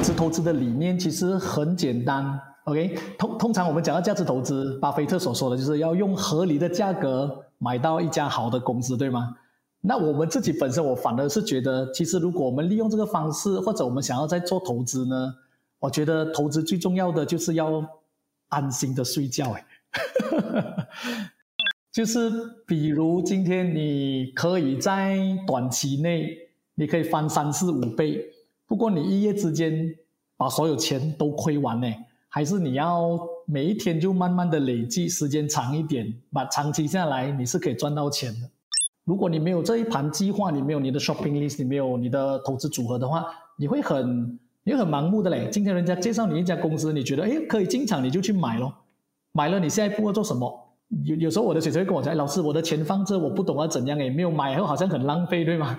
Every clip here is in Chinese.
值投资的理念其实很简单 ，OK？ 通常我们讲到价值投资，巴菲特所说的就是要用合理的价格买到一家好的公司，对吗？那我们自己本身，我反而是觉得，其实如果我们利用这个方式，或者我们想要在做投资呢，我觉得投资最重要的就是要安心的睡觉。就是比如今天你可以在短期内，你可以翻3、4、5倍，不过你一夜之间把所有钱都亏完呢？还是你要每一天就慢慢的累积，时间长一点，把长期下来你是可以赚到钱的。如果你没有这一盘计划，你没有你的 shopping list， 你没有你的投资组合的话，你会很盲目的嘞。今天人家介绍你一家公司，你觉得可以进场，你就去买咯。买了你下一步要做什么？有时候我的学生会跟我讲，老师，我的钱放这，我不懂要怎样，没有买后好像很浪费，对吗？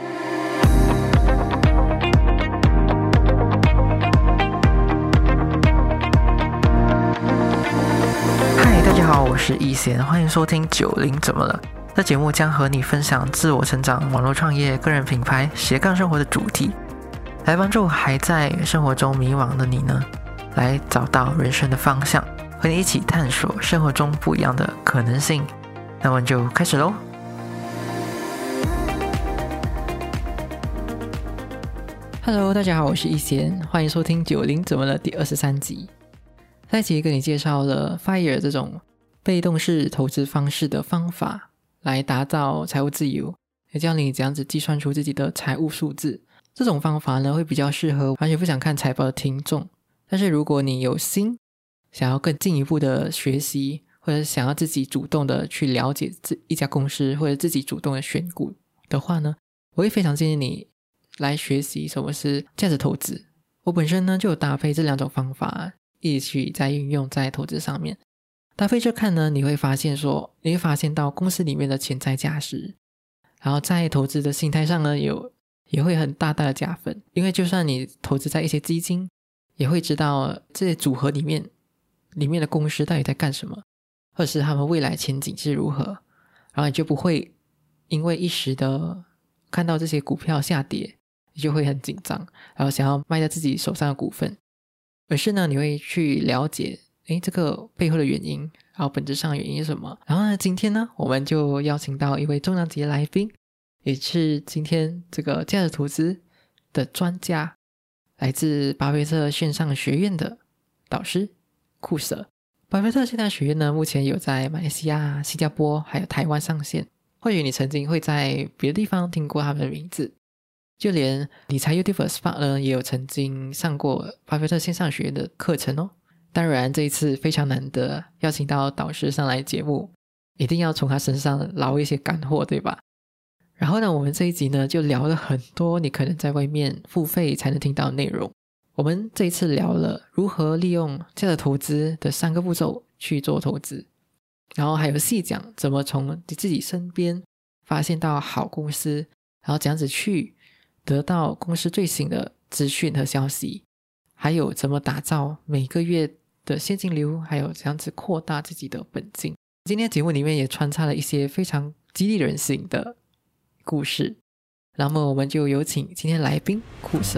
嗨，大家好，我是易贤，欢迎收听90怎么了。这节目将和你分享自我成长、网络创业、个人品牌、斜杠生活的主题，来帮助还在生活中迷惘的你呢，来找到人生的方向，和你一起探索生活中不一样的可能性。那我们就开始咯。Hello， 大家好，我是易贤，欢迎收听90怎么了第23集。上一集跟你介绍了 FIRE 这种被动式投资方式的方法，来打造财务自由，也教你怎样子计算出自己的财务数字。这种方法呢，会比较适合完全不想看财报的听众。但是如果你有心想要更进一步的学习，或者想要自己主动的去了解一家公司，或者自己主动的选股的话呢，我会非常建议你来学习什么是价值投资。我本身呢就有搭配这两种方法一起在运用在投资上面。搭配着看呢，你会发现到公司里面的潜在价值，然后在投资的心态上呢也会很大的加分。因为就算你投资在一些基金，也会知道这些组合里面的公司到底在干什么，或者是他们未来前景是如何，然后你就不会因为一时的看到这些股票下跌，你就会很紧张，然后想要卖掉自己手上的股份，而是呢你会去了解这个背后的原因，然后本质上的原因是什么。然后呢，今天呢我们就邀请到一位重量级的来宾，也是今天这个价值投资的专家，来自巴菲特线上学院的导师库舍。巴菲特线上学院呢，目前有在马来西亚、新加坡还有台湾上线。或许你曾经会在别的地方听过他们的名字，就连理财 YouTuber Spark 呢也有曾经上过巴菲特线上学院的课程哦。当然这一次非常难得邀请到导师上来节目，一定要从他身上捞一些干货，对吧？然后呢，我们这一集呢就聊了很多你可能在外面付费才能听到的内容。我们这一次聊了如何利用价值投资的3个步骤去做投资，然后还有细讲怎么从你自己身边发现到好公司，然后怎样子去得到公司最新的资讯和消息，还有怎么打造每个月的现金流，还有怎样子扩大自己的本金。今天节目里面也穿插了一些非常激励人心的故事，那么我们就有请今天来宾库舍。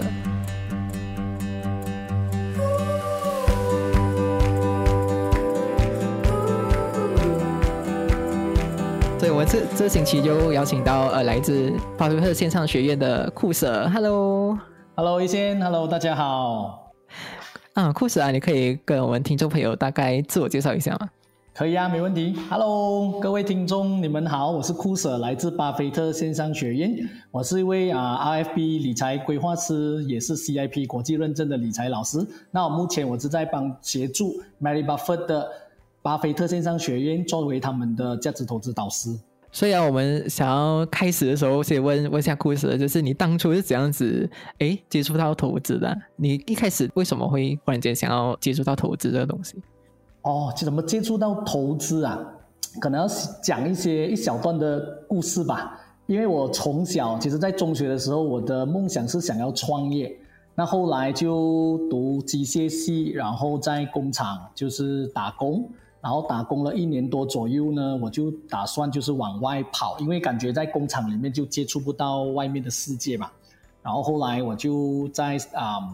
所以我们这星期就邀请到来自巴菲特线上学院的库舍。 Hello 一仙 Hello 大家好。 库舍你可以跟我们听众朋友大概自我介绍一下吗？ 可以啊，没问题。Hello 各位听众你们好，我是库舍，来自巴菲特线上学院。我是一位RFP 理财规划师，也是 CIP 国际认证的理财老师。那目前我是在协助 Mary Buffett 的巴菲特线上学院作为他们的价值投资导师。 所以我们想要开始的时候先问一下库舍，就是你当初是怎样子接触到投资的？你一开始为什么会忽然间想要接触到投资这个东西？ 怎么接触到投资啊？可能要讲一小段的故事吧。因为我从小其实在中学的时候，我的梦想是想要创业，那后来就读机械系，然后在工厂就是打工，然后打工了1年多左右呢，我就打算就是往外跑，因为感觉在工厂里面就接触不到外面的世界嘛。然后后来我就在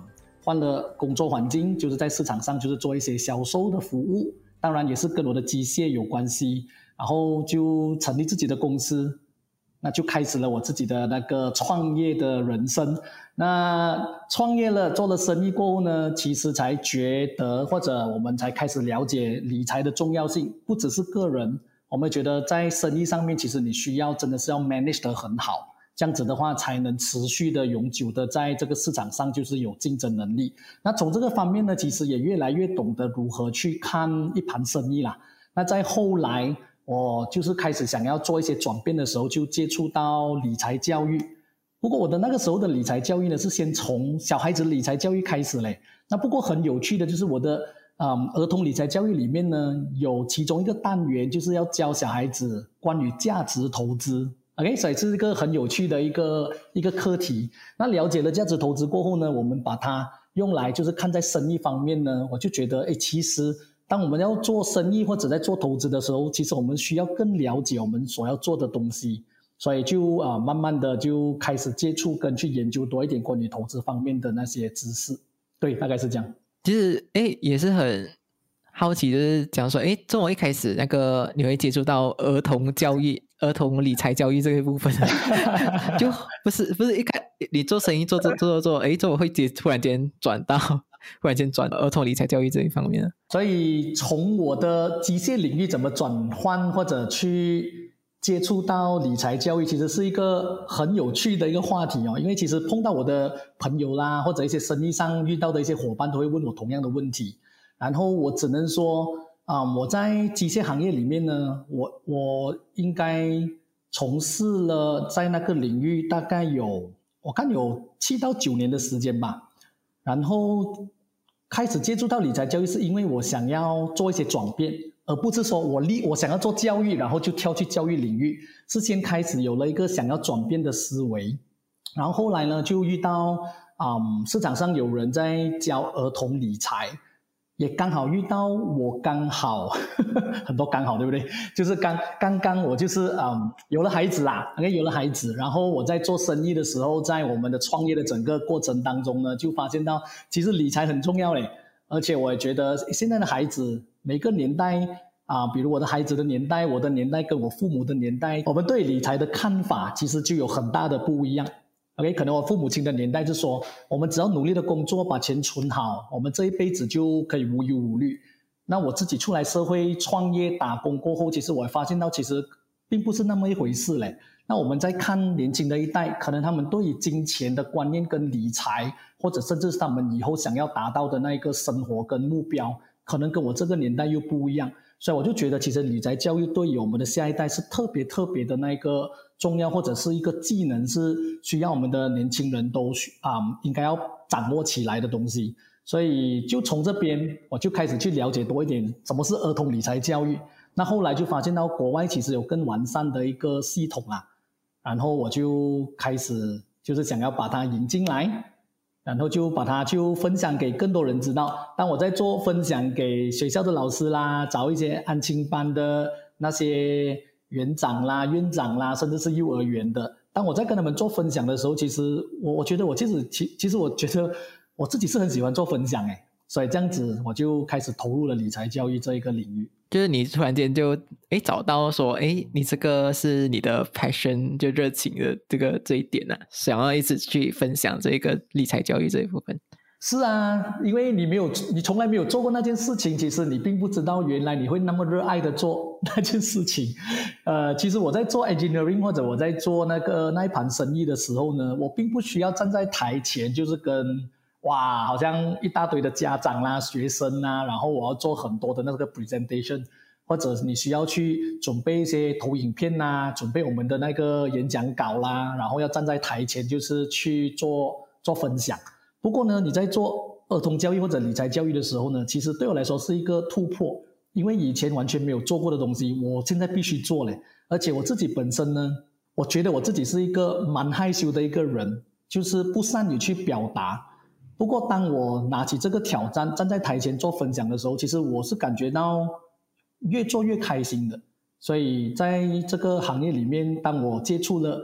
换了工作环境，就是在市场上就是做一些销售的服务，当然也是跟我的机械有关系，然后就成立自己的公司，那就开始了我自己的那个创业的人生。那创业了做了生意过后呢，其实才觉得或者我们才开始了解理财的重要性，不只是个人，我们觉得在生意上面其实你需要真的是要 manage 得很好，这样子的话才能持续的永久的在这个市场上就是有竞争能力。那从这个方面呢，其实也越来越懂得如何去看一盘生意啦。那在后来我就是开始想要做一些转变的时候，就接触到理财教育。不过我的那个时候的理财教育呢，是先从小孩子理财教育开始嘞。那不过很有趣的就是我的儿童理财教育里面呢，有其中一个单元就是要教小孩子关于价值投资。OK， 所以这是一个很有趣的一个课题。那了解了价值投资过后呢，我们把它用来就是看在生意方面呢，我就觉得其实当我们要做生意或者在做投资的时候，其实我们需要更了解我们所要做的东西，所以就慢慢的就开始接触跟去研究多一点关于投资方面的那些知识。对，大概是这样。 其实也是很好奇，就是讲说从我一开始那个你会接触到儿童教育、儿童理财教育这个部分就不是一开你做生意做怎么会突然间转儿童理财教育这一方面呢？ 所以从我的机械领域怎么转换或者去接触到理财教育，其实是一个很有趣的一个话题哦。因为其实碰到我的朋友啦，或者一些生意上遇到的一些伙伴都会问我同样的问题，然后我只能说我在机械行业里面呢，我应该从事了在那个领域大概我看有7到9年的时间吧。然后开始接触到理财教育是因为我想要做一些转变，而不是说我想要做教育然后就跳去教育领域，是先开始有了一个想要转变的思维。然后后来呢，就遇到市场上有人在教儿童理财，也刚好遇到我刚好很多刚好对不对，就是刚刚我就是有了孩子啦，有了孩子，然后我在做生意的时候，在我们的创业的整个过程当中呢，就发现到其实理财很重要嘞。而且我也觉得现在的孩子每个年代比如我的孩子的年代，我的年代跟我父母的年代，我们对理财的看法其实就有很大的不一样。OK， 可能我父母亲的年代就说，我们只要努力的工作，把钱存好，我们这一辈子就可以无忧无虑。那我自己出来社会创业打工过后，其实我发现到其实并不是那么一回事嘞。那我们在看年轻的一代，可能他们对于金钱的观念跟理财，或者甚至是他们以后想要达到的那一个生活跟目标，可能跟我这个年代又不一样。所以我就觉得其实理财教育对于我们的下一代是特别的那个重要，或者是一个技能，是需要我们的年轻人都应该要掌握起来的东西。所以就从这边我就开始去了解多一点什么是儿童理财教育。那后来就发现到国外其实有更完善的一个系统啦，然后我就开始就是想要把它引进来，然后就把它就分享给更多人知道。当我在做分享给学校的老师啦，找一些安亲班的那些园长啦、院长啦，甚至是幼儿园的，当我在跟他们做分享的时候，其实我觉得我其实我觉得我自己是很喜欢做分享所以这样子我就开始投入了理财教育这一个领域。 就是你突然间就找到说你这个是你的 passion， 就热情的这一点想要一直去分享这个理财教育这一部分。 是啊，因为你从来没有做过那件事情，其实你并不知道原来你会那么热爱的做那件事情。其实我在做 engineering 或者我在做那一盘生意的时候呢，我并不需要站在台前就是跟好像一大堆的家长啦、学生啦，然后我要做很多的那个 presentation， 或者你需要去准备一些投影片啦，准备我们的那个演讲稿啦，然后要站在台前就是去做分享。不过呢，你在做儿童教育或者理财教育的时候呢，其实对我来说是一个突破，因为以前完全没有做过的东西，我现在必须做嘞。而且我自己本身呢，我觉得我自己是一个蛮害羞的一个人，就是不善于去表达。不过当我拿起这个挑战，站在台前做分享的时候，其实我是感觉到越做越开心的。所以在这个行业里面，当我接触了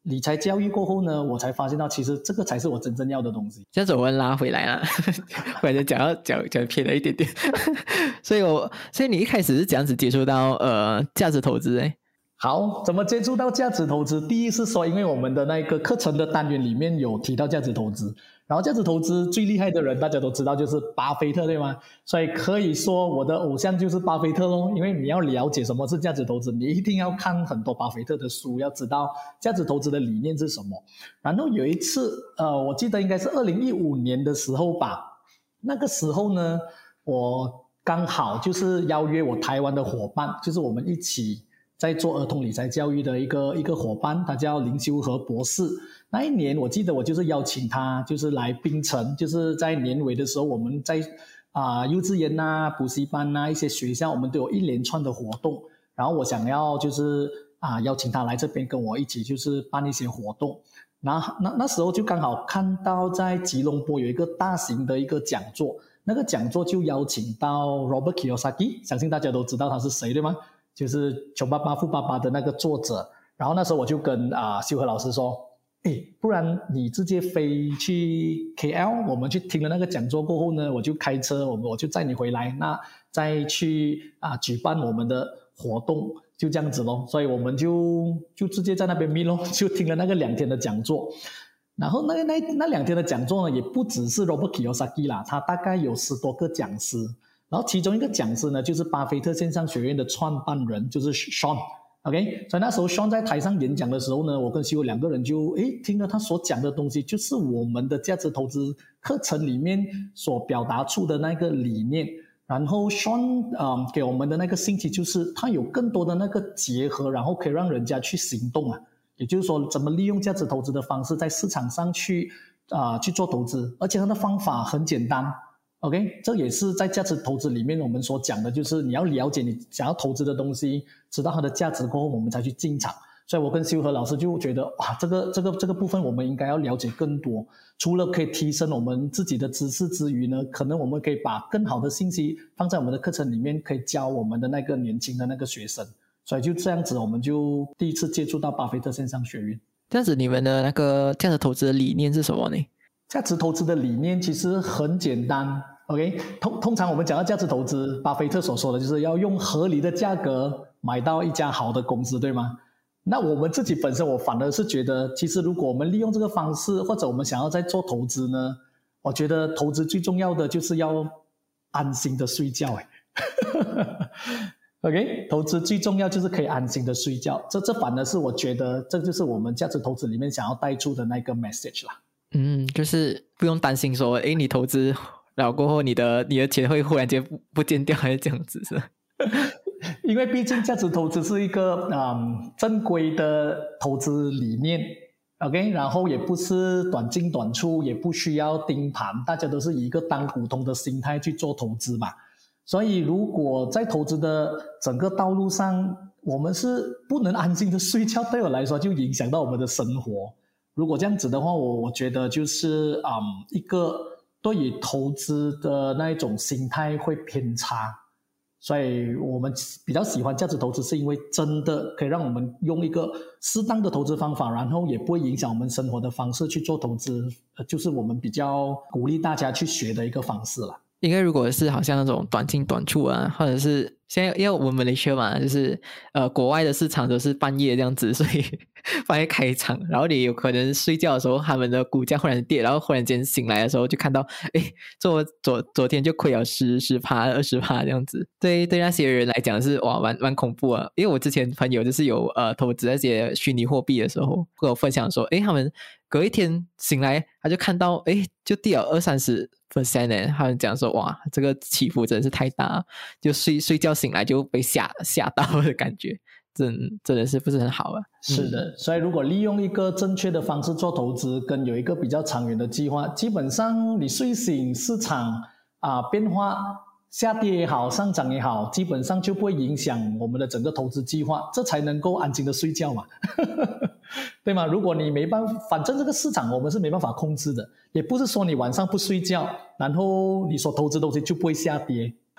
理财教育过后呢，我才发现到其实这个才是我真正要的东西。 这样子我们拉回来了，我感觉讲偏了一点点。所以你一开始是这样子接触到价值投资诶？ 好，怎么接触到价值投资？第一是说，因为我们的那个课程的单元里面有提到价值投资，然后价值投资最厉害的人大家都知道就是巴菲特，对吗？所以可以说我的偶像就是巴菲特咯。因为你要了解什么是价值投资，你一定要看很多巴菲特的书，要知道价值投资的理念是什么。然后有一次我记得应该是2015年的时候吧，那个时候呢，我刚好就是邀约我台湾的伙伴，就是我们一起在做儿童理财教育的一个伙伴，他叫林修和博士。那一年我记得我就是邀请他就是来槟城，就是在年尾的时候，我们在幼稚园啊、补习班啊一些学校，我们都有一连串的活动。然后我想要就是邀请他来这边跟我一起就是办一些活动。那时候就刚好看到在吉隆坡有一个大型的一个讲座，那个讲座就邀请到 Robert Kiyosaki， 相信大家都知道他是谁，对吗？就是《穷爸爸富爸爸》的那个作者。然后那时候我就跟修和老师说，不然你直接飞去 KL， 我们去听了那个讲座过后呢，我就开车，我就载你回来，那再去举办我们的活动，就这样子咯。所以我们就直接在那边 meet 咯，就听了那个2天的讲座。然后那2天的讲座呢，也不只是 Robert Kiyosaki 啦，他大概有10多个讲师。然后其中一个讲师呢，就是巴菲特线上学院的创办人，就是 Sean。OK， 所以那时候 Sean 在台上演讲的时候呢，我跟修2个人就听了他所讲的东西，就是我们的价值投资课程里面所表达出的那个理念。然后 Sean 给我们的那个信息就是他有更多的那个结合，然后可以让人家去行动也就是说怎么利用价值投资的方式在市场上去做投资，而且他的方法很简单。OK， 这也是在价值投资里面我们所讲的，就是你要了解你想要投资的东西，知道它的价值过后，我们才去进场。所以我跟修和老师就觉得，哇，这个部分我们应该要了解更多。除了可以提升我们自己的知识之余呢，可能我们可以把更好的信息放在我们的课程里面，可以教我们的那个年轻的那个学生。所以就这样子，我们就第一次接触到巴菲特线上学院。 这样子，你们的那个价值投资的理念是什么呢？ 价值投资的理念其实很简单。OK， 通常我们讲到价值投资，巴菲特所说的就是要用合理的价格买到一家好的公司，对吗？那我们自己本身，我反而是觉得，其实如果我们利用这个方式，或者我们想要在做投资呢，我觉得投资最重要的就是要安心的睡觉。OK， 投资最重要就是可以安心的睡觉，这反而是我觉得这就是我们价值投资里面想要带出的那个 message 啦。 就是不用担心说，你投资然后过后你的钱会忽然间不见掉，还是这样子是？ 因为毕竟价值投资是一个正规的投资理念 ，OK， 然后也不是短进短出，也不需要盯盘，大家都是以一个当股东的心态去做投资嘛。所以如果在投资的整个道路上，我们是不能安心的睡觉，对我来说就影响到我们的生活。如果这样子的话，我觉得就是一个对于投资的那一种心态会偏差。所以我们比较喜欢价值投资，是因为真的可以让我们用一个适当的投资方法，然后也不会影响我们生活的方式去做投资，就是我们比较鼓励大家去学的一个方式啦。 应该如果是好像那种短进短出或者是现在因为我们Malaysia嘛，就是国外的市场都是半夜这样子，所以半夜开场，然后你有可能睡觉的时候他们的股价忽然跌，然后忽然间醒来的时候就看到昨天就亏了10%、20% 这样子。对那些人来讲是哇蛮恐怖啊。因为我之前朋友就是有投资那些虚拟货币的时候跟我分享说，他们隔一天醒来他就看到就跌了20-30%呢，他们讲说哇，这个起伏真的是太大，就睡觉醒来就被吓到的感觉，真的是不是很好啊。 是的，所以如果利用一个正确的方式做投资，跟有一个比较长远的计划，基本上你睡醒市场变化下跌也好上涨也好，基本上就不会影响我们的整个投资计划，这才能够安心的睡觉嘛。对吗？如果你没办法，反正这个市场我们是没办法控制的，也不是说你晚上不睡觉然后你所投资的东西就不会下跌。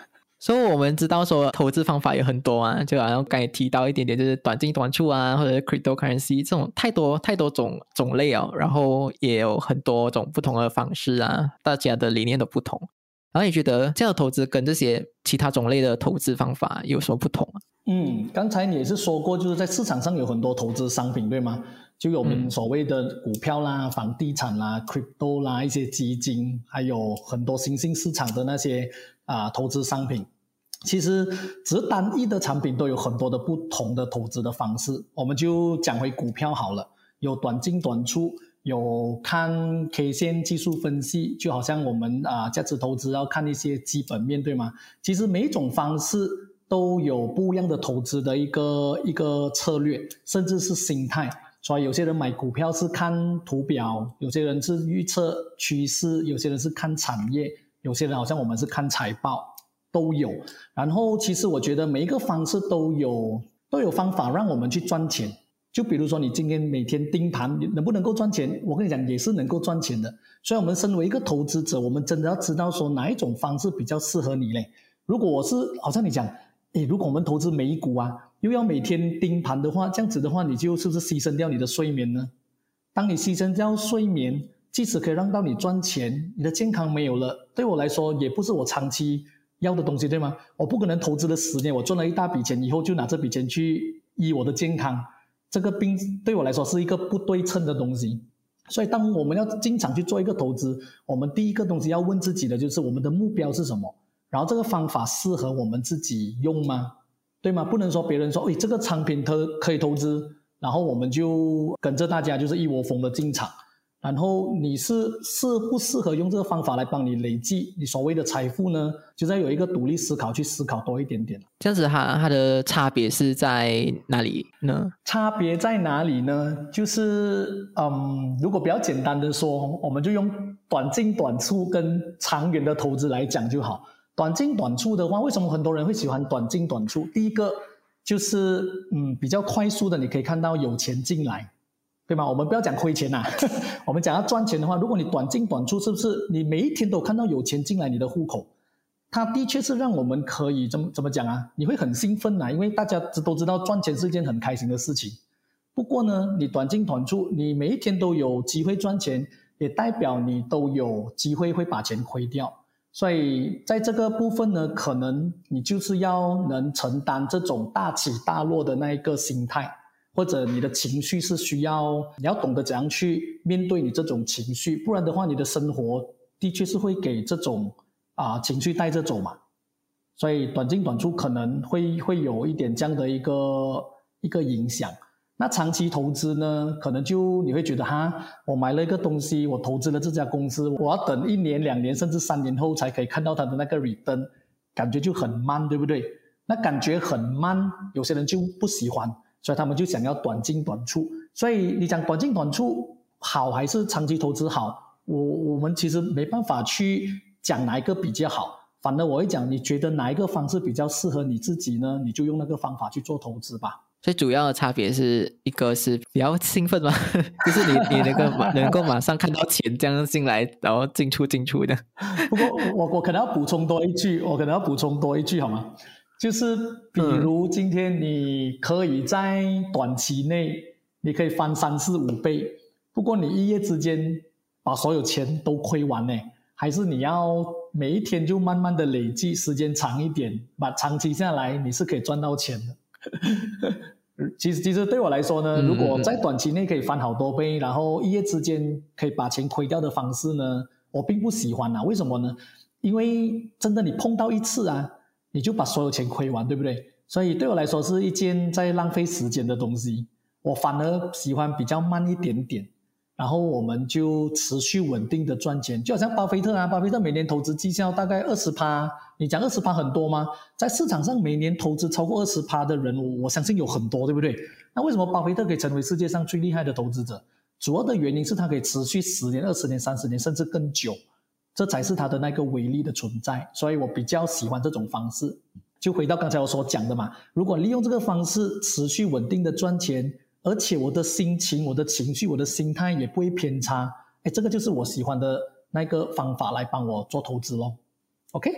所以我们知道说投资方法有很多啊，就好像刚才提到一点点，就是短进短出啊，或者 cryptocurrency 这种太多种类哦，然后也有很多种不同的方式啊，大家的理念都不同。然后你觉得这样的投资跟这些其他种类的投资方法有什么不同啊？ 刚才你也是说过，就是在市场上有很多投资商品，对吗？就有我们所谓的股票啦、房地产啦、crypto 啦、一些基金，还有很多新兴市场的那些投资商品。其实只是单一的产品都有很多的不同的投资的方式。我们就讲回股票好了，有短进短出，有看 K 线技术分析，就好像我们价值投资要看一些基本面，对吗？其实每一种方式都有不一样的投资的一个策略，甚至是心态。所以有些人买股票是看图表，有些人是预测趋势，有些人是看产业，有些人好像我们是看财报，都有。然后其实我觉得每一个方式都有方法让我们去赚钱。就比如说你今天每天盯盘，你能不能够赚钱？我跟你讲也是能够赚钱的。所以我们身为一个投资者，我们真的要知道说哪一种方式比较适合你嘞。如果我是好像你讲如果我们投资美股啊，又要每天盯盘的话，这样子的话你就是不是牺牲掉你的睡眠呢？当你牺牲掉睡眠，即使可以让到你赚钱，你的健康没有了，对我来说也不是我长期要的东西，对吗？我不可能投资了10年，我赚了一大笔钱以后就拿这笔钱去医我的健康，这个病对我来说是一个不对称的东西。所以当我们要经常去做一个投资，我们第一个东西要问自己的就是我们的目标是什么，然后这个方法适合我们自己用吗？对吗？不能说别人说这个产品可以投资，然后我们就跟着大家就是一窝蜂的进场，然后你适不适合用这个方法来帮你累积你所谓的财富呢？就是要有一个独立思考，去思考多一点点。 这样子它的差别是在哪里呢？ 差别在哪里呢？就是如果比较简单的说，我们就用短进短出跟长远的投资来讲就好。短进短出的话，为什么很多人会喜欢短进短出？第一个就是比较快速的，你可以看到有钱进来，对吗？我们不要讲亏钱啊我们讲要赚钱的话，如果你短进短出，是不是你每一天都看到有钱进来你的户口？它的确是让我们可以怎么讲啊？你会很兴奋啊，因为大家都知道赚钱是一件很开心的事情。不过呢，你短进短出，你每一天都有机会赚钱，也代表你都有机会会把钱亏掉。所以在这个部分呢，可能你就是要能承担这种大起大落的那一个心态，或者你的情绪是需要你要懂得怎样去面对你这种情绪，不然的话你的生活的确是会给这种情绪带着走嘛。所以短进短出可能会有一点这样的一个影响。那长期投资呢，可能就你会觉得我买了一个东西，我投资了这家公司，我要等1年2年甚至3年后才可以看到它的那个 return， 感觉就很慢，对不对？那感觉很慢，有些人就不喜欢，所以他们就想要短进短出。所以你讲短进短出好还是长期投资好，我们其实没办法去讲哪一个比较好，反而我会讲你觉得哪一个方式比较适合你自己呢，你就用那个方法去做投资吧。 所以主要的差别是一个是比较兴奋嘛就是你能够马上看到钱这样进来，然后进出的。 不过我可能要补充多一句好吗？就是比如今天你可以在短期内你可以翻3、4、5倍，不过你一夜之间把所有钱都亏完呢，还是你要每一天就慢慢的累积，时间长一点，把长期下来你是可以赚到钱的其实对我来说呢，如果在短期内可以翻好多倍，然后一夜之间可以把钱亏掉的方式呢，我并不喜欢为什么呢？因为真的你碰到一次你就把所有钱亏完，对不对？所以对我来说是一件在浪费时间的东西，我反而喜欢比较慢一点点，然后我们就持续稳定的赚钱。就好像巴菲特每年投资绩效大概 20%， 你讲 20% 很多吗？在市场上每年投资超过 20% 的人，我相信有很多，对不对？那为什么巴菲特可以成为世界上最厉害的投资者？主要的原因是他可以持续10年、20年、30年甚至更久，这才是他的那个威力的存在。所以我比较喜欢这种方式。就回到刚才我所讲的嘛，如果利用这个方式持续稳定的赚钱，而且我的心情、我的情绪、我的心态也不会偏差，这个就是我喜欢的那个方法来帮我做投资咯。OK？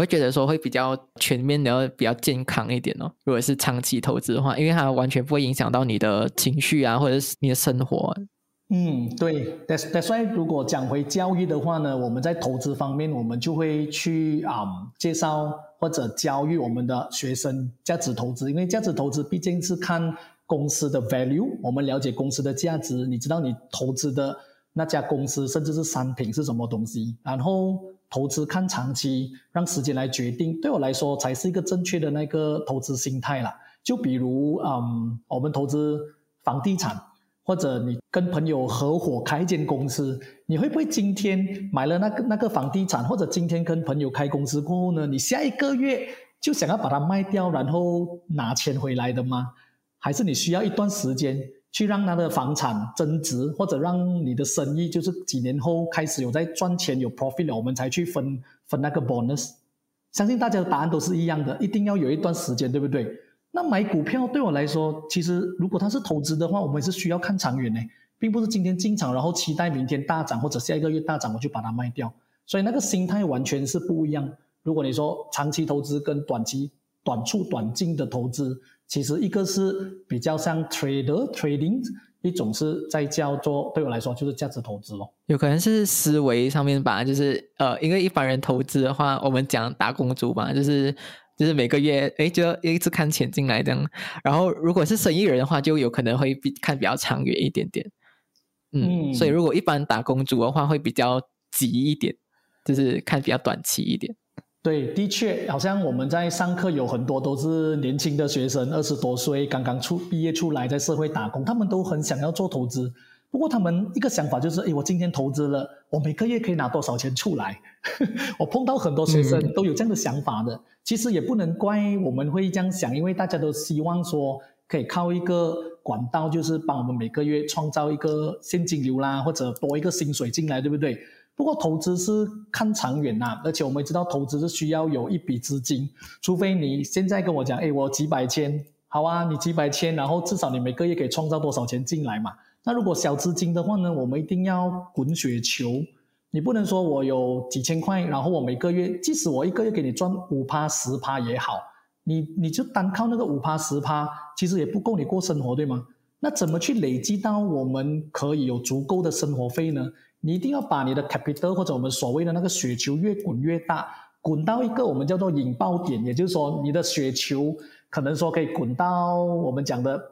我会觉得说会比较全面的，比较健康一点哦。如果是长期投资的话，因为它完全不会影响到你的情绪啊，或者是你的生活。 对 that's why 如果讲回教育的话呢，我们在投资方面我们就会去介绍或者教育我们的学生价值投资，因为价值投资毕竟是看公司的 value， 我们了解公司的价值，你知道你投资的那家公司甚至是商品是什么东西，然后投资看长期，让时间来决定，对我来说才是一个正确的那个投资心态啦。就比如我们投资房地产，或者你跟朋友合伙开一间公司，你会不会今天买了那个房地产，或者今天跟朋友开公司过后呢，你下一个月就想要把它卖掉然后拿钱回来的吗？还是你需要一段时间去让它的房产增值，或者让你的生意就是几年后开始有在赚钱有 profit 了，我们才去分那个 bonus？ 相信大家的答案都是一样的，一定要有一段时间，对不对？那买股票对我来说，其实如果它是投资的话，我们是需要看长远的，并不是今天进场然后期待明天大涨或者下一个月大涨我就把它卖掉，所以那个心态完全是不一样。如果你说长期投资跟短促短进的投资，其实一个是比较像 trading， 一种是在叫做对我来说就是价值投资咯。 有可能是思维上面吧，就是因为一般人投资的话，我们讲打工族吧，就是每个月就要一直看钱进来这样，然后如果是生意人的话，就有可能会看比较长远一点点。所以如果一般打工族的话会比较急一点，就是看比较短期一点。 对，的确好像我们在上课有很多都是年轻的学生，20多岁刚刚毕业出来在社会打工，他们都很想要做投资，不过他们一个想法就是我今天投资了，我每个月可以拿多少钱出来我碰到很多学生都有这样的想法的。其实也不能怪我们会这样想，因为大家都希望说可以靠一个管道，就是帮我们每个月创造一个现金流啦，或者多一个薪水进来，对不对？不过投资是看长远啦，而且我们知道投资是需要有一笔资金，除非你现在跟我讲我几百千，好啊，你几百千，然后至少你每个月可以创造多少钱进来嘛。那如果小资金的话呢，我们一定要滚雪球，你不能说我有几千块，然后我每个月即使我一个月给你赚 5% 10% 也好，你就单靠那个 5% 10% 其实也不够你过生活，对吗？那怎么去累积到我们可以有足够的生活费呢？你一定要把你的 capital 或者我们所谓的那个雪球越滚越大，滚到一个我们叫做引爆点，也就是说你的雪球可能说可以滚到我们讲的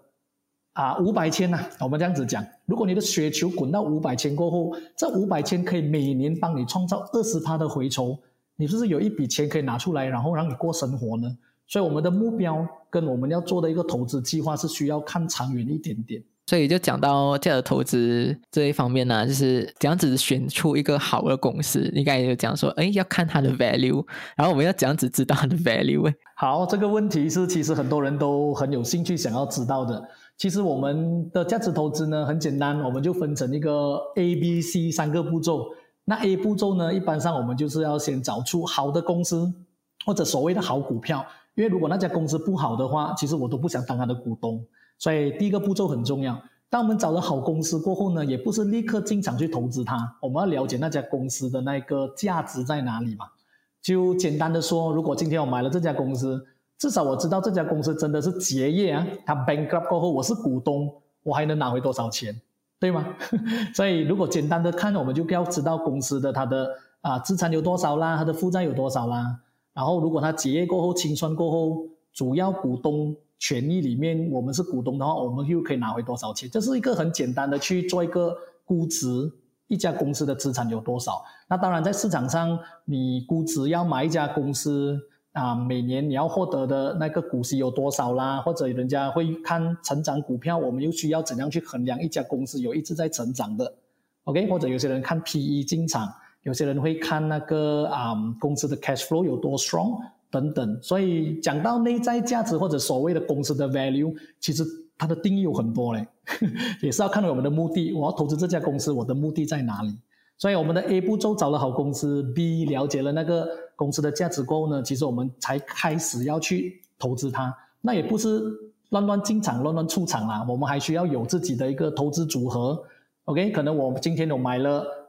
500千我们这样子讲，如果你的雪球滚到500千过后，这500千可以每年帮你创造 20% 的回酬，你是不是有一笔钱可以拿出来然后让你过生活呢？所以我们的目标跟我们要做的一个投资计划是需要看长远一点点。 所以就讲到价值投资这一方面呢，就是怎样子选出一个好的公司。你刚才就讲说要看它的 value， 然后我们要怎样子知道它的 value。 好，这个问题是其实很多人都很有兴趣想要知道的。其实我们的价值投资呢很简单，我们就分成一个 A、B、C 3个步骤。那 A 步骤呢，一般上我们就是要先找出好的公司或者所谓的好股票，因为如果那家公司不好的话，其实我都不想当他的股东，所以第一个步骤很重要。当我们找了好公司过后呢，也不是立刻进场去投资它，我们要了解那家公司的那个价值在哪里嘛。就简单的说，如果今天我买了这家公司，至少我知道这家公司真的是结业它 bankrupt 过后我是股东，我还能拿回多少钱，对吗？所以如果简单的看，我们就要知道公司的它的资产有多少啦，它的负债有多少啦，然后如果它结业过后清算过后，主要股东权益里面我们是股东的话，我们又可以拿回多少钱，这是一个很简单的去做一个估值一家公司的资产有多少。那当然在市场上你估值要买一家公司每年你要获得的那个股息有多少啦，或者人家会看成长股票，我们又需要怎样去衡量一家公司有一直在成长的 OK， 或者有些人看 PE 进场，有些人会看那个公司的 cash flow 有多 strong等等。所以讲到内在价值或者所谓的公司的 value， 其实它的定义有很多嘞也是要看我们的目的，我要投资这家公司我的目的在哪里。所以我们的 A 步骤找了好公司， B 了解了那个公司的价值过后呢，其实我们才开始要去投资它。那也不是乱乱进场乱乱出场啦，我们还需要有自己的一个投资组合 OK， 可能我今天有买了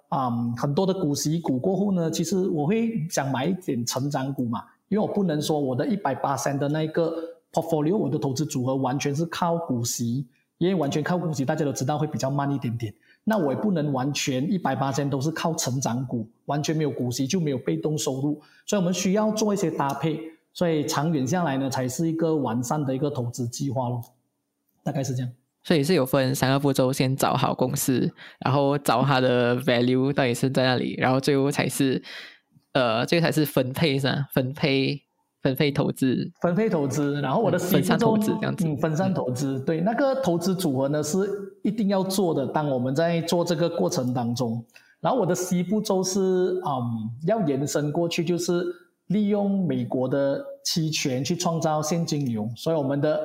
很多的股息股过后呢，其实我会想买一点成长股嘛，因为我不能说我的100% 的那个 portfolio 我的投资组合完全是靠股息，因为完全靠股息大家都知道会比较慢一点点，那我也不能完全100% 都是靠成长股，完全没有股息就没有被动收入，所以我们需要做一些搭配，所以长远下来呢才是一个完善的一个投资计划咯，大概是这样。 所以是有分3个步骤，先找好公司，然后找它的 value 到底是在哪里，然后最后才是分配是吧？分配投资， 然后我的分散投资这样子。 分散投资，对，那个投资组合呢是一定要做的，当我们在做这个过程当中。然后我的 C 步骤是要延伸过去，就是利用美国的期权去创造现金流，所以我们的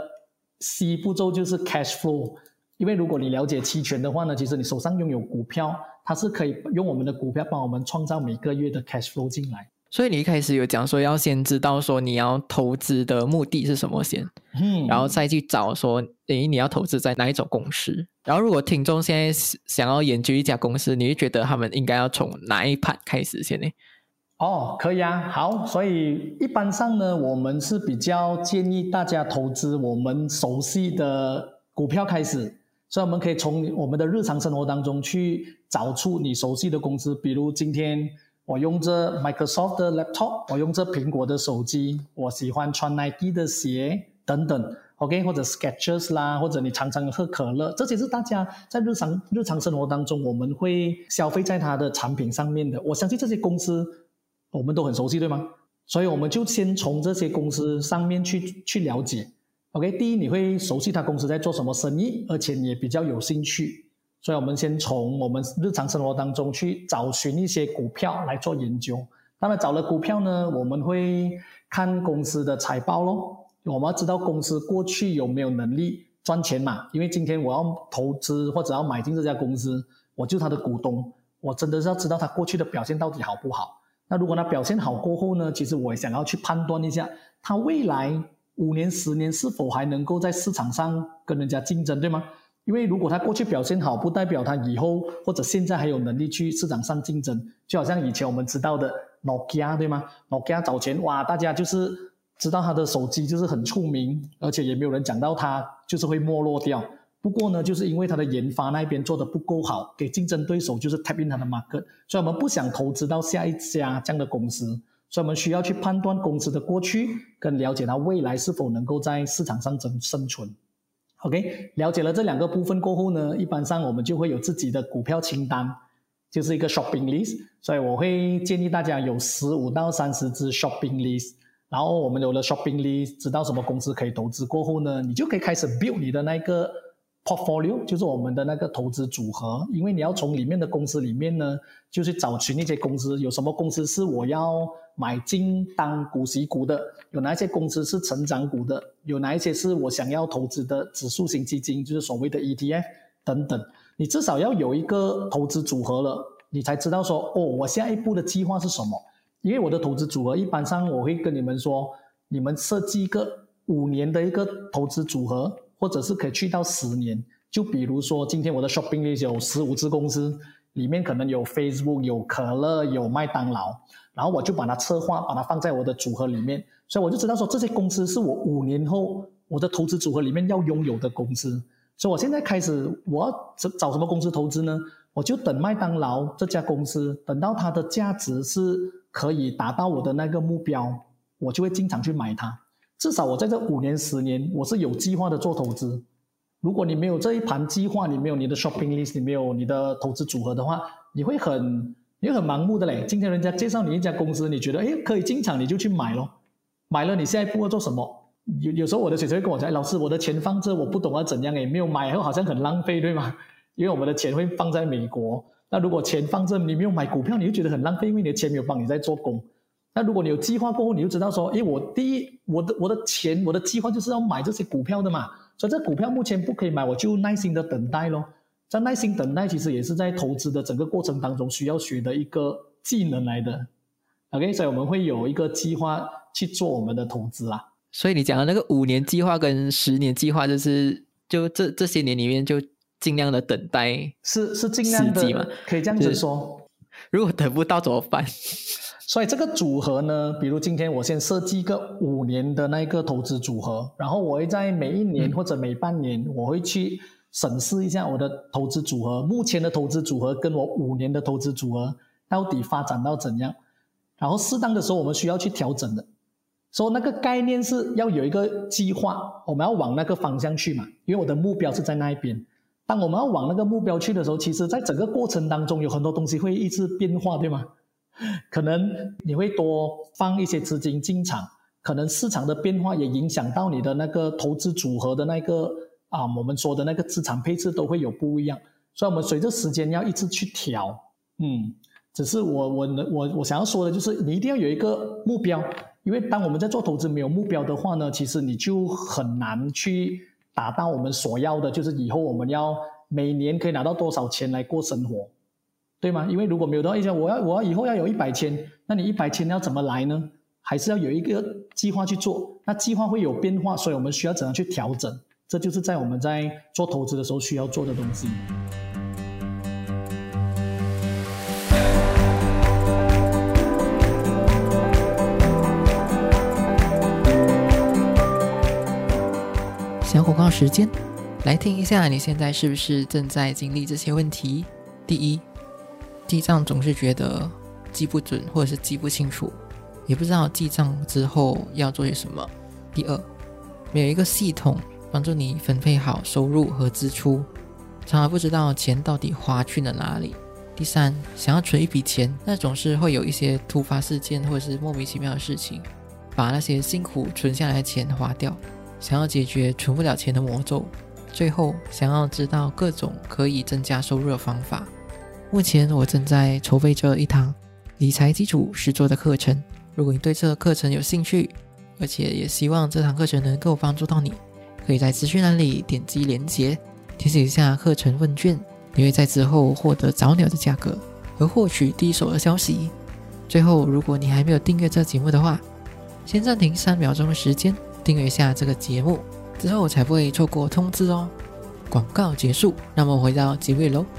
C 步骤就是 cash flow， 因为如果你了解期权的话呢，其实你手上拥有股票，它是可以用我们的股票帮我们创造每个月的 cash flow 进来。 所以你一开始有讲说要先知道说你要投资的目的是什么先，然后再去找说你要投资在哪一种公司。然后如果听众现在想要研究一家公司，你会觉得他们应该要从哪一 part 开始先呢？ 可以啊，好，所以一般上呢，我们是比较建议大家投资我们熟悉的股票开始，所以我们可以从我们的日常生活当中去找出你熟悉的公司，比如今天我用着 Microsoft 的 laptop， 我用着苹果的手机，我喜欢穿 Nike 的鞋等等 OK， 或者 Skechers 啦，或者你常常喝可乐，这些是大家在日常生活当中我们会消费在它的产品上面的，我相信这些公司我们都很熟悉，对吗？所以我们就先从这些公司上面去了解 OK， 第一你会熟悉它公司在做什么生意，而且你也比较有兴趣，所以我们先从我们日常生活当中去找寻一些股票来做研究。当然找了股票呢，我们会看公司的财报咯，我们要知道公司过去有没有能力赚钱嘛，因为今天我要投资或者要买进这家公司，我就是他的股东，我真的是要知道他过去的表现到底好不好。那如果他表现好过后呢，其实我也想要去判断一下他未来5年10年是否还能够在市场上跟人家竞争，对吗？因为如果他过去表现好，不代表他以后或者现在还有能力去市场上竞争。就好像以前我们知道的 Nokia， 对吗？ Nokia 早前哇，大家就是知道他的手机就是很出名，而且也没有人讲到他就是会没落掉。不过呢，就是因为他的研发那边做得不够好，给竞争对手就是 tap in 他的 market， 所以我们不想投资到下一家这样的公司，所以我们需要去判断公司的过去跟了解它未来是否能够在市场上生存。OK， 了解了这2个部分过后呢，一般上我们就会有自己的股票清单，就是一个 shopping list， 所以我会建议大家有15到30支 shopping list， 然后我们有了 shopping list， 知道什么公司可以投资过后呢，你就可以开始 build 你的那个 portfolio， 就是我们的那个投资组合，因为你要从里面的公司里面呢，就去找寻一些公司，有什么公司是我要买进当股息股的，有哪一些公司是成长股的，有哪一些是我想要投资的指数型基金，就是所谓的 ETF 等等。你至少要有一个投资组合了，你才知道说我下一步的计划是什么。因为我的投资组合一般上我会跟你们说，你们设计一个5年的一个投资组合，或者是可以去到10年。就比如说今天我的 shopping list 有15支公司，里面可能有 Facebook， 有可乐，有麦当劳，然后我就把它策划，把它放在我的组合里面，所以我就知道说这些公司是我5年后我的投资组合里面要拥有的公司。所以我现在开始我要找什么公司投资呢？我就等麦当劳这家公司，等到它的价值是可以达到我的那个目标，我就会经常去买它。至少我在这5年10年我是有计划的做投资。如果你没有这一盘计划，你没有你的 shopping list， 你没有你的投资组合的话，你会很盲目的嘞。今天人家介绍你一家公司，你觉得可以进场，你就去买咯。买了你下一步要做什么？有时候我的学生会跟我讲，老师我的钱放这，我不懂要怎样，没有买后好像很浪费，对吗？因为我们的钱会放在美国，那如果钱放这你没有买股票，你就觉得很浪费，因为你的钱没有帮你在做工。那如果你有计划过后，你就知道说我的钱我的计划就是要买这些股票的嘛，所以这股票目前不可以买，我就耐心的等待咯。在耐心等待其实也是在投资的整个过程当中需要学的一个技能来的。 OK， 所以我们会有一个计划去做我们的投资啦。 所以你讲的那个5年计划跟10年计划，就这些年里面就尽量的等待， 是尽量的，可以这样子说。 如果得不到怎么办？ 所以这个组合呢，比如今天我先设计个5年的那个投资组合，然后我会在每1年或者每半年，我会去审视一下我的投资组合，目前的投资组合跟我5年的投资组合到底发展到怎样，然后适当的时候我们需要去调整的。所以那个概念是要有一个计划，我们要往那个方向去嘛，因为我的目标是在那一边。当我们要往那个目标去的时候，其实在整个过程当中有很多东西会一直变化，对吗？可能你会多放一些资金进场，可能市场的变化也影响到你的那个投资组合的那个我们说的那个资产配置都会有不一样，所以我们随着时间要一直去调。只是我想要说的就是你一定要有一个目标，因为当我们在做投资没有目标的话呢，其实你就很难去达到我们所要的，就是以后我们要每年可以拿到多少钱来过生活，对吗？因为如果没有的话，我以后要有100千，那你100千要怎么来呢？还是要有一个计划去做，那计划会有变化，所以我们需要怎样去调整，这就是在我们在做投资的时候需要做的东西。 小广告时间，来听一下你现在是不是正在经历这些问题。第一，记账总是觉得记不准或者是记不清楚，也不知道记账之后要做些什么。第二，没有一个系统帮助你分配好收入和支出，常常不知道钱到底花去了哪里。第三，想要存一笔钱，那总是会有一些突发事件或者是莫名其妙的事情，把那些辛苦存下来的钱花掉。想要解决存不了钱的魔咒，最后想要知道各种可以增加收入的方法。目前我正在筹备着一堂理财基础实作的课程，如果你对这个课程有兴趣，而且也希望这堂课程能够帮助到你，可以在资讯栏里点击连结，填写一下课程问卷，你会在之后获得早鸟的价格和获取第一手的消息。最后，如果你还没有订阅这节目的话，先暂停3秒钟的时间，订阅一下这个节目，之后才不会错过通知哦。广告结束，那么回到结尾咯。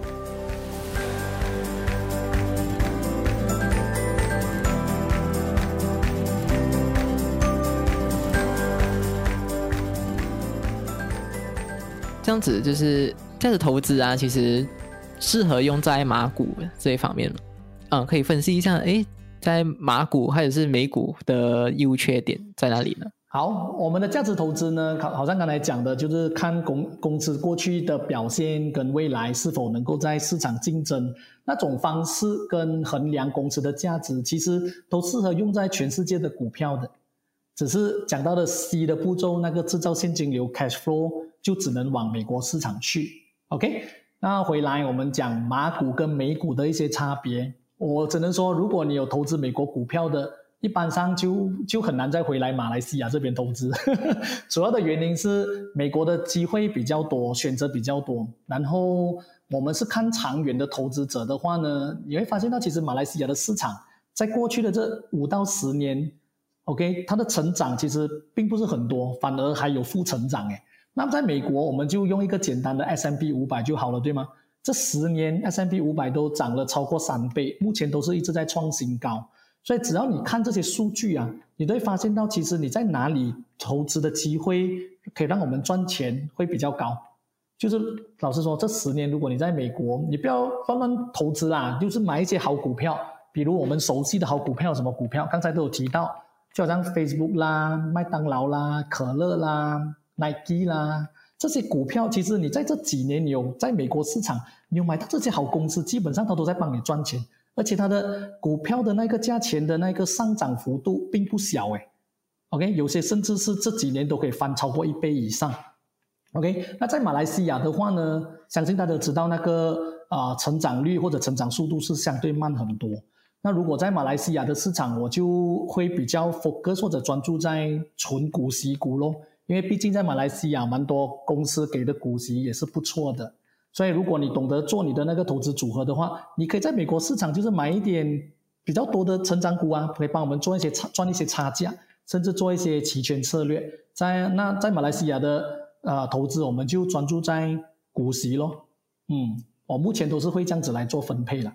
这样子就是价值投资啊，其实适合用在马股这一方面。可以分析一下，在马股或者是美股的优缺点在哪里呢？ 好，我们的价值投资呢，好像刚才讲的，就是看公司过去的表现跟未来是否能够在市场竞争，那种方式跟衡量公司的价值，其实都适合用在全世界的股票的。只是讲到的 C 的步骤，那个制造现金流 cash flow 就只能往美国市场去。OK， 那回来我们讲马股跟美股的一些差别，我只能说，如果你有投资美国股票的，一般上就很难再回来马来西亚这边投资主要的原因是美国的机会比较多，选择比较多，然后我们是看长远的投资者的话呢，你会发现到其实马来西亚的市场在过去的这5到10年 OK， 它的成长其实并不是很多，反而还有负成长。那么在美国我们就用一个简单的 S&P 500就好了，对吗？这10年 S&P 500都涨了超过3倍，目前都是一直在创新高。所以只要你看这些数据啊，你都会发现到其实你在哪里投资的机会可以让我们赚钱会比较高。就是老实说，这10年如果你在美国，你不要乱乱投资啦，就是买一些好股票，比如我们熟悉的好股票，什么股票刚才都有提到，就好像 Facebook 啦、麦当劳啦、可乐啦、Nike 啦，这些股票其实你在这几年你有在美国市场你有买到这些好公司，基本上它都在帮你赚钱，而且它的股票的那个价钱的那个上涨幅度并不小OK， 有些甚至是这几年都可以翻超过1倍以上。OK， 那在马来西亚的话呢，相信大家都知道那个成长率或者成长速度是相对慢很多。那如果在马来西亚的市场，我就会比较 focus 或者专注在纯股息股咯，因为毕竟在马来西亚蛮多公司给的股息也是不错的。所以如果你懂得做你的那个投资组合的话，你可以在美国市场就是买一点比较多的成长股啊，可以帮我们赚一些差价，甚至做一些期权策略。在马来西亚的投资，我们就专注在股息咯。我目前都是会这样子来做分配了。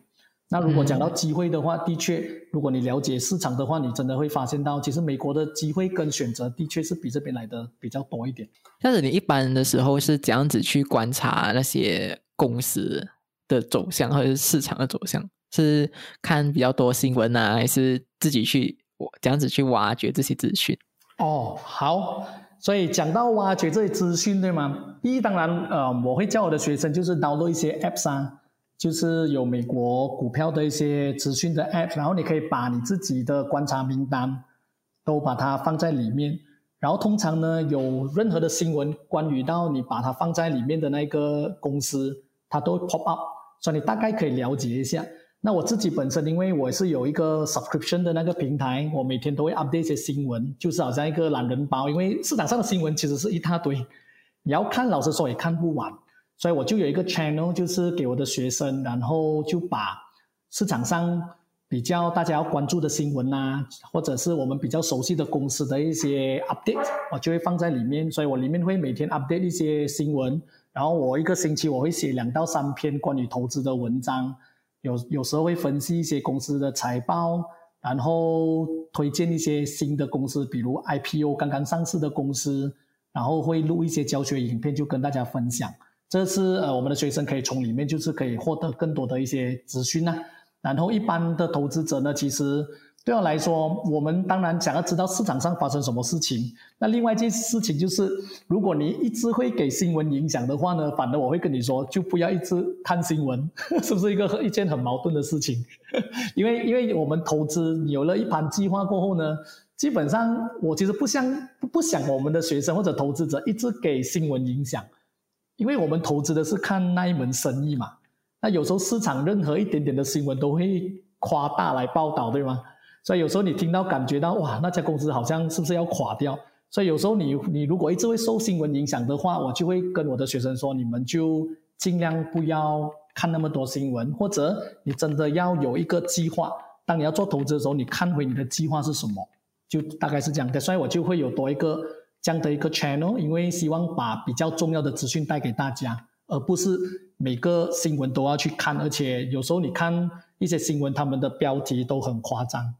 那如果讲到机会的话，的确，如果你了解市场的话，你真的会发现到，其实美国的机会跟选择的确是比这边来的比较多一点。 但是你一般的时候是怎样子去观察那些公司的走向或者是市场的走向？是看比较多新闻啊，还是自己去这样子去挖掘这些资讯？ 哦，好，所以讲到挖掘这些资讯，对吗？第一，当然，我会叫我的学生就是 download 一些 apps 啊，就是有美国股票的一些资讯的 app， 然后你可以把你自己的观察名单都把它放在里面，然后通常呢，有任何的新闻关于到你把它放在里面的那个公司，它都会 pop up， 所以你大概可以了解一下。那我自己本身因为我是有一个 subscription 的那个平台，我每天都会 update 一些新闻，就是好像一个懒人包，因为市场上的新闻其实是一大堆，你要看老实说也看不完，所以我就有一个 channel 就是给我的学生，然后就把市场上比较大家要关注的新闻啊，或者是我们比较熟悉的公司的一些 update， 我就会放在里面，所以我里面会每天 update 一些新闻，然后我一个星期我会写2到3篇关于投资的文章，有时候会分析一些公司的财报，然后推荐一些新的公司，比如 IPO 刚刚上市的公司，然后会录一些教学影片就跟大家分享。这是我们的学生可以从里面就是可以获得更多的一些资讯啊。然后一般的投资者呢，其实对我来说，我们当然想要知道市场上发生什么事情。那另外一件事情就是，如果你一直会给新闻影响的话呢，反而我会跟你说，就不要一直看新闻，是不是一件很矛盾的事情？因为我们投资有了一盘计划过后呢，基本上我其实不想我们的学生或者投资者一直给新闻影响，因为我们投资的是看那一门生意嘛。那有时候市场任何一点点的新闻都会夸大来报道，对吗？所以有时候你听到感觉到哇，那家公司好像是不是要垮掉？所以有时候你如果一直会受新闻影响的话，我就会跟我的学生说，你们就尽量不要看那么多新闻，或者你真的要有一个计划。当你要做投资的时候，你看回你的计划是什么，就大概是这样的。所以我就会有多一个这样的一个 channel， 因为希望把比较重要的资讯带给大家，而不是每个新闻都要去看，而且有时候你看一些新闻，他们的标题都很夸张。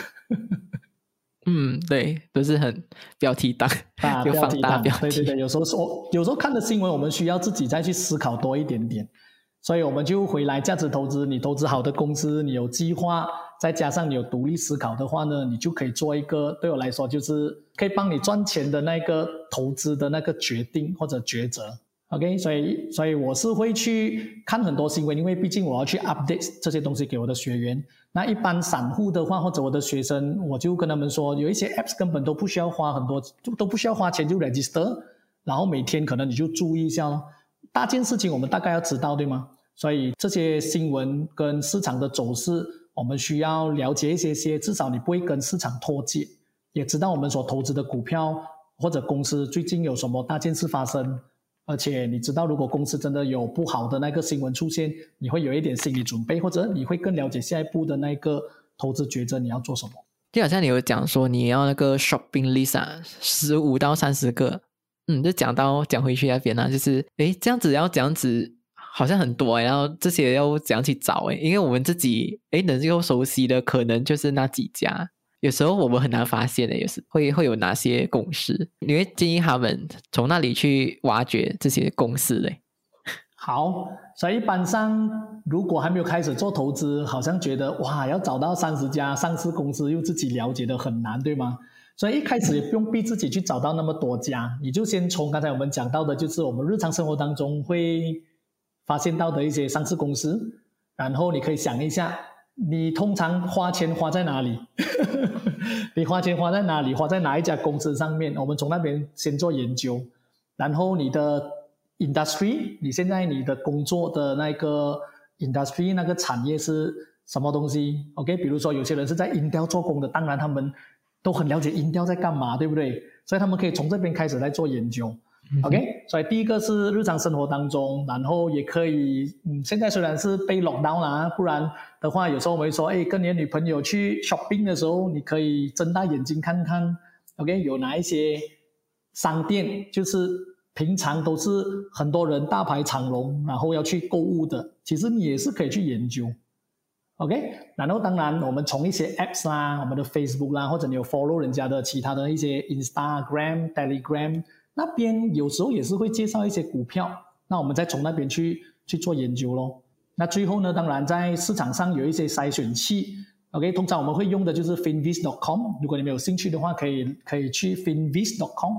对，都是很标题党，就放大标题。 对，有时候看的新闻，我们需要自己再去思考多一点点。所以我们就回来价值投资，你投资好的公司，你有计划，再加上你有独立思考的话呢，你就可以做一个对我来说就是可以帮你赚钱的那个投资的那个决定或者抉择。OK， 所以我是会去看很多新闻，因为毕竟我要去 update 这些东西给我的学员。那一般散户的话，或者我的学生，我就跟他们说，有一些 apps 根本都不需要花很多，都不需要花钱就 register， 然后每天可能你就注意一下咯。大件事情我们大概要知道，对吗？所以这些新闻跟市场的走势，我们需要了解一些，至少你不会跟市场脱节，也知道我们所投资的股票或者公司最近有什么大件事发生。而且你知道，如果公司真的有不好的那个新闻出现，你会有一点心理准备，或者你会更了解下一步的那个投资抉择你要做什么。 就好像你有讲说你要那个 shopping list 啊，15到30个，就讲回去那边啊，就是这样子要这样子好像很多，然后这些要怎样去找因为我们自己能够熟悉的可能就是那几家。有时候我们很难发现有时会有哪些公司，你会建议他们从那里去挖掘这些公司嘞？ 好，所以一般上如果还没有开始做投资，好像觉得哇，要找到30家上市公司又自己了解的很难，对吗？所以一开始也不用逼自己去找到那么多家，你就先从刚才我们讲到的，就是我们日常生活当中会发现到的一些上市公司，然后你可以想一下，你通常花钱花在哪里？你花钱花在哪里？花在哪一家公司上面？我们从那边先做研究，然后你的 industry， 你现在你的工作的那个 industry 那个产业是什么东西 ？OK， 比如说有些人是在音调做工的，当然他们都很了解音调在干嘛，对不对？所以他们可以从这边开始来做研究。OK， 所以第一个是日常生活当中，然后也可以，现在虽然是被 lockdown 啦，不然的话，有时候我们会说，跟你的女朋友去 shopping 的时候，你可以睁大眼睛看看 ，OK， 有哪一些商店，就是平常都是很多人大排长龙，然后要去购物的，其实你也是可以去研究 OK， 然后当然我们从一些 apps 啦，我们的 Facebook 啦，或者你有 follow 人家的其他的一些 Instagram、Telegram 那边有时候也是会介绍一些股票，那我们再从那边去做研究咯。那最后呢，当然在市场上有一些筛选器 OK， 通常我们会用的就是 finviz.com， 如果你们有兴趣的话可以去 finviz.com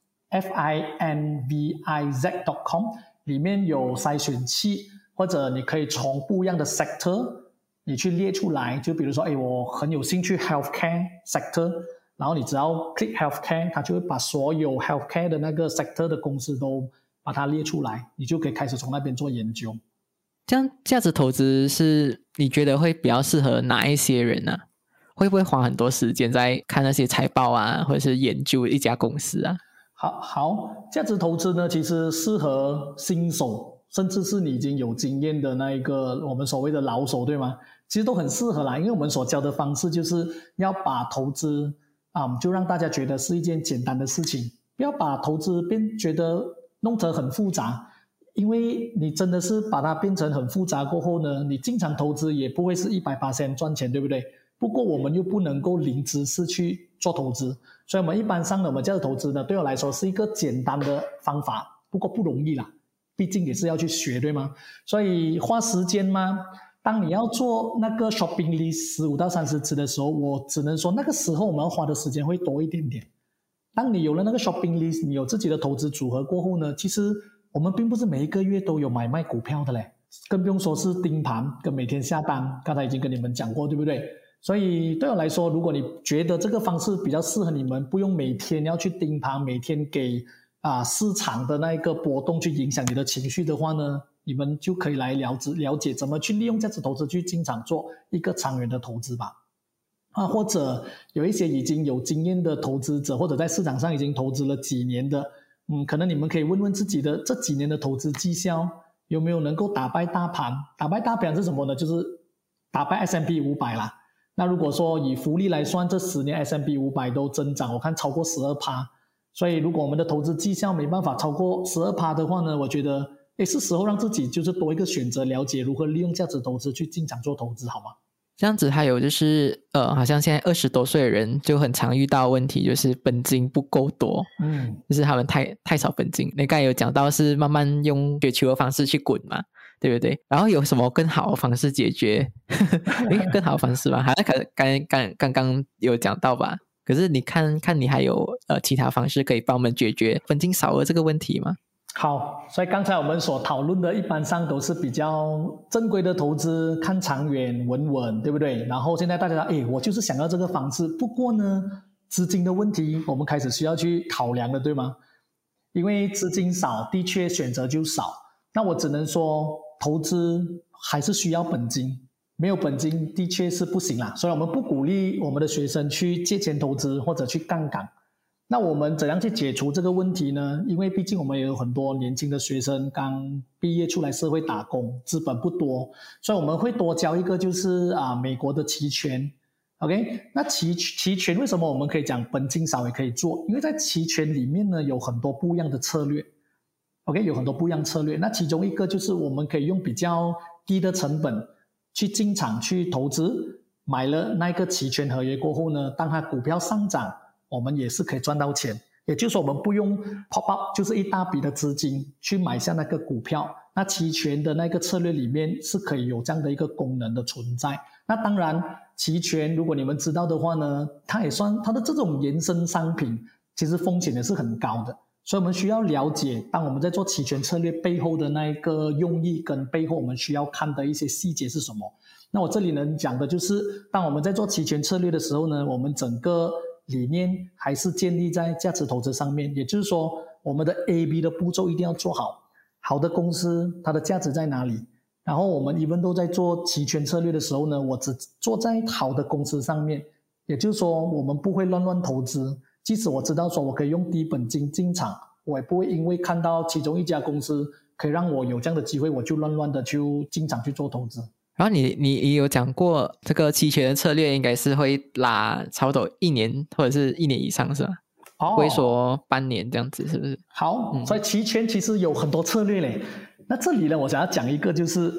finviz.com 里面有筛选器，或者你可以从不一样的 sector 你去列出来，就比如说我很有兴趣 healthcare sector， 然后你只要 click healthcare， 它就会把所有 healthcare 的那个 sector 的公司都把它列出来，你就可以开始从那边做研究。 这样价值投资是你觉得会比较适合哪一些人呢？会不会花很多时间在看那些财报啊，或者是研究一家公司啊？ 好，价值投资呢其实适合新手，甚至是你已经有经验的那一个我们所谓的老手，对吗？其实都很适合啦，因为我们所教的方式就是要把投资就让大家觉得是一件简单的事情，不要把投资觉得弄得很复杂，因为你真的是把它变成很复杂过后呢，你经常投资也不会是 100% 赚钱，对不对？不过我们又不能够零知识去做投资，所以我们一般上的我们价值投资呢，对我来说是一个简单的方法，不过不容易啦，毕竟也是要去学，对吗？所以花时间吗？当你要做那个 shopping list 15到30支的时候，我只能说那个时候我们要花的时间会多一点点。当你有了那个 shopping list， 你有自己的投资组合过后呢，其实我们并不是每一个月都有买卖股票的嘞，更不用说是盯盘跟每天下单，刚才已经跟你们讲过，对不对？所以对我来说，如果你觉得这个方式比较适合你们，不用每天要去盯盘，每天给市场的那一个波动去影响你的情绪的话呢，你们就可以来了解怎么去利用价值投资去经常做一个长远的投资吧。或者有一些已经有经验的投资者，或者在市场上已经投资了几年的，可能你们可以问问自己的这几年的投资绩效有没有能够打败大盘。打败大盘是什么呢？就是打败 S&P 500啦。那如果说以复利来算，这10年 S&P 500都增长，我看超过 12%， 所以如果我们的投资绩效没办法超过 12% 的话呢，我觉得是时候让自己就是多一个选择，了解如何利用价值投资去经常做投资，好吗？ 这样子还有就是好像现在20多岁的人就很常遇到问题，就是本金不够多，就是他们太少本金。你刚才有讲到是慢慢用雪球的方式去滚嘛，对不对？然后有什么更好的方式解决更好的方式吗？好像刚刚有讲到吧，可是你看你还有其他方式可以帮我们解决本金少额这个问题吗？ 好，所以刚才我们所讨论的一般上都是比较正规的投资，看长远稳，对不对？然后现在大家我就是想要这个方式，不过呢资金的问题我们开始需要去考量了，对吗？因为资金少，的确选择就少，那我只能说投资还是需要本金，没有本金的确是不行啦，所以我们不鼓励我们的学生去借钱投资或者去杠杆。那我们怎样去解除这个问题呢？因为毕竟我们也有很多年轻的学生刚毕业出来社会打工，资本不多，所以我们会多教一个就是美国的期权。OK， 那期权为什么我们可以讲本金少也可以做？因为在期权里面呢有很多不一样的策略。OK， 有很多不一样策略。那其中一个就是我们可以用比较低的成本去进场去投资，买了那个期权合约过后呢，当它股票上涨，我们也是可以赚到钱。也就是说我们不用 pop up， 就是一大笔的资金去买下那个股票。那期权的那个策略里面是可以有这样的一个功能的存在。那当然期权如果你们知道的话呢，它也算它的这种衍生商品其实风险也是很高的，所以我们需要了解当我们在做期权策略背后的那一个用意跟背后我们需要看的一些细节是什么。那我这里能讲的就是当我们在做期权策略的时候呢，我们整个理念还是建立在价值投资上面，也就是说我们的 A、B 的步骤一定要做好。好的公司它的价值在哪里？然后我们even都在做期权策略的时候呢，我只做在好的公司上面，也就是说我们不会乱投资。即使我知道说我可以用低本金进场，我也不会因为看到其中一家公司可以让我有这样的机会，我就乱的就进场去做投资。 然后你有讲过这个期权的策略应该是会拉差不多1年或者是1年以上是吧？不会说半年这样子是不是？ 好，所以期权其实有很多策略嘞。那这里呢我想要讲一个，就是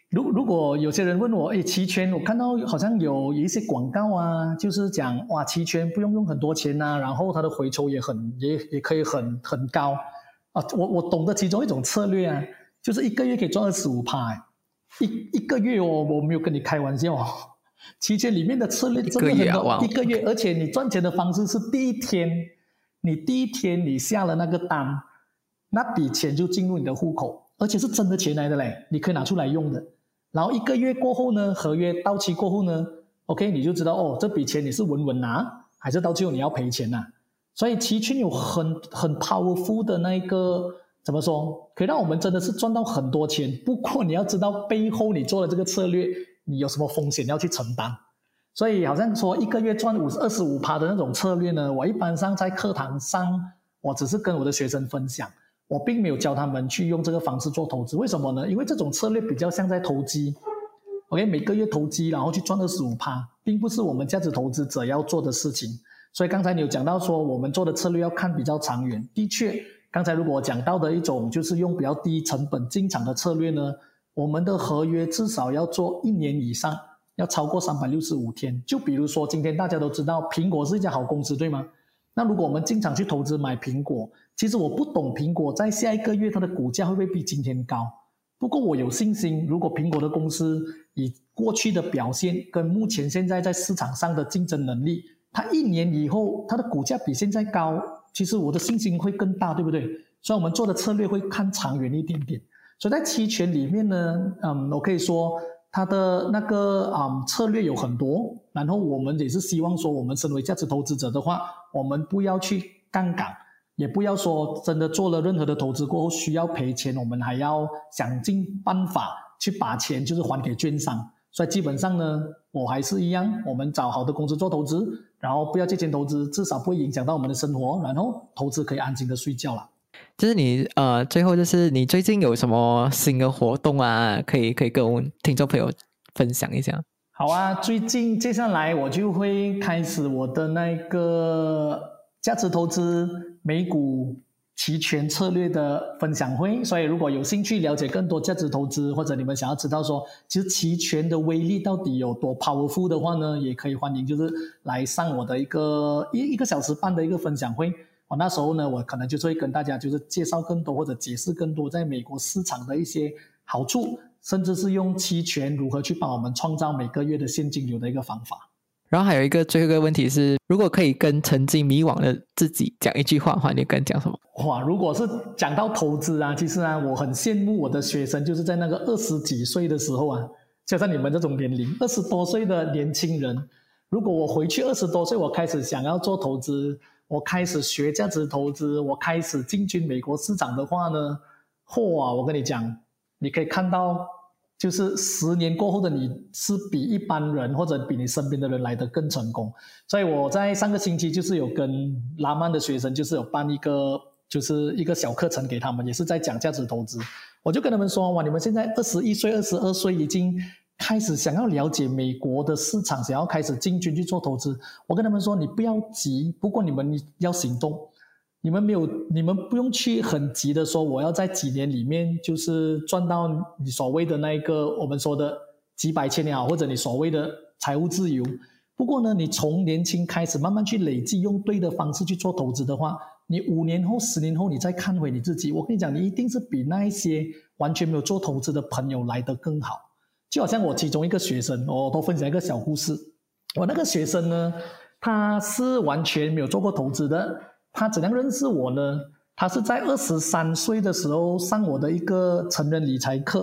如果有些人问我，期权我看到好像有一些广告啊，就是讲哇，期权不用很多钱啊，然后它的回酬也可以很高啊。我懂得其中一种策略啊，就是一个月可以赚 25%，一个月哦，我没有跟你开玩笑哦。期权里面的策略真的很多，一个月，而且你赚钱的方式是第一天你下了那个单，那笔钱就进入你的户口，而且是真的钱来的嘞，你可以拿出来用的。然后一个月过后呢，合约到期过后呢 ，OK， 你就知道哦，这笔钱你是稳稳拿，还是到最后你要赔钱啊？所以期权有很 powerful 的那个怎么说，可以让我们真的是赚到很多钱。不过你要知道背后你做的这个策略，你有什么风险要去承担。所以好像说一个月赚25%的那种策略呢，我一般上在课堂上，我只是跟我的学生分享。我并没有教他们去用这个方式做投资，为什么呢？因为这种策略比较像在投机 ，OK， 每个月投机然后去赚 25%， 并不是我们价值投资者要做的事情。所以刚才你有讲到说我们做的策略要看比较长远，的确，刚才如果我讲到的一种就是用比较低成本进场的策略呢，我们的合约至少要做1年以上，要超过365天。就比如说今天大家都知道苹果是一家好公司，对吗？那如果我们经常去投资买苹果，其实我不懂苹果在下一个月它的股价会不会比今天高，不过我有信心，如果苹果的公司以过去的表现跟目前现在在市场上的竞争能力，它1年以后它的股价比现在高，其实我的信心会更大，对不对？所以我们做的策略会看长远一点点。所以在期权里面呢，我可以说它的那个策略有很多，然后我们也是希望说我们身为价值投资者的话，我们不要去杠杆，也不要说真的做了任何的投资过后需要赔钱，我们还要想尽办法去把钱就是还给券商。所以基本上呢，我还是一样，我们找好的公司做投资，然后不要借钱投资，至少不会影响到我们的生活，然后投资可以安心的睡觉了。 就是你最后就是你最近有什么新的活动啊，可以跟我们听众朋友分享一下？ 好啊，最近接下来我就会开始我的那个价值投资美股期权策略的分享会，所以如果有兴趣了解更多价值投资，或者你们想要知道说其实期权的威力到底有多 powerful 的话呢，也可以欢迎就是来上我的一个小时半的一个分享会。那时候呢，我可能就是会跟大家就是介绍更多或者解释更多在美国市场的一些好处，甚至是用期权如何去帮我们创造每个月的现金流的一个方法。 然后还有一个最后一个问题是，如果可以跟曾经迷惘的自己讲一句话的话，你跟讲什么？ 哇，如果是讲到投资啊，其实啊，我很羡慕我的学生，就是在那个20几岁的时候啊，就像你们这种年龄20多岁的年轻人，如果我回去20多岁，我开始想要做投资，我开始学价值投资，我开始进军美国市场的话呢，哇，我跟你讲，你可以看到就是10年过后的你是比一般人或者比你身边的人来得更成功。所以我在上个星期就是有跟拉曼的学生就是有办一个小课程给他们，也是在讲价值投资。我就跟他们说，哇，你们现在21岁22岁已经开始想要了解美国的市场，想要开始进军去做投资，我跟他们说你不要急，不过你们要行动。你们不用去很急的说我要在几年里面就是赚到你所谓的那一个我们说的几百千也好，或者你所谓的财务自由。不过呢，你从年轻开始慢慢去累积，用对的方式去做投资的话，你5年后10年后你再看回你自己，我跟你讲，你一定是比那一些完全没有做投资的朋友来得更好。就好像我其中一个学生，我都分享一个小故事。我那个学生呢，他是完全没有做过投资的。他怎样认识我呢？他是在23岁的时候上我的一个成人理财课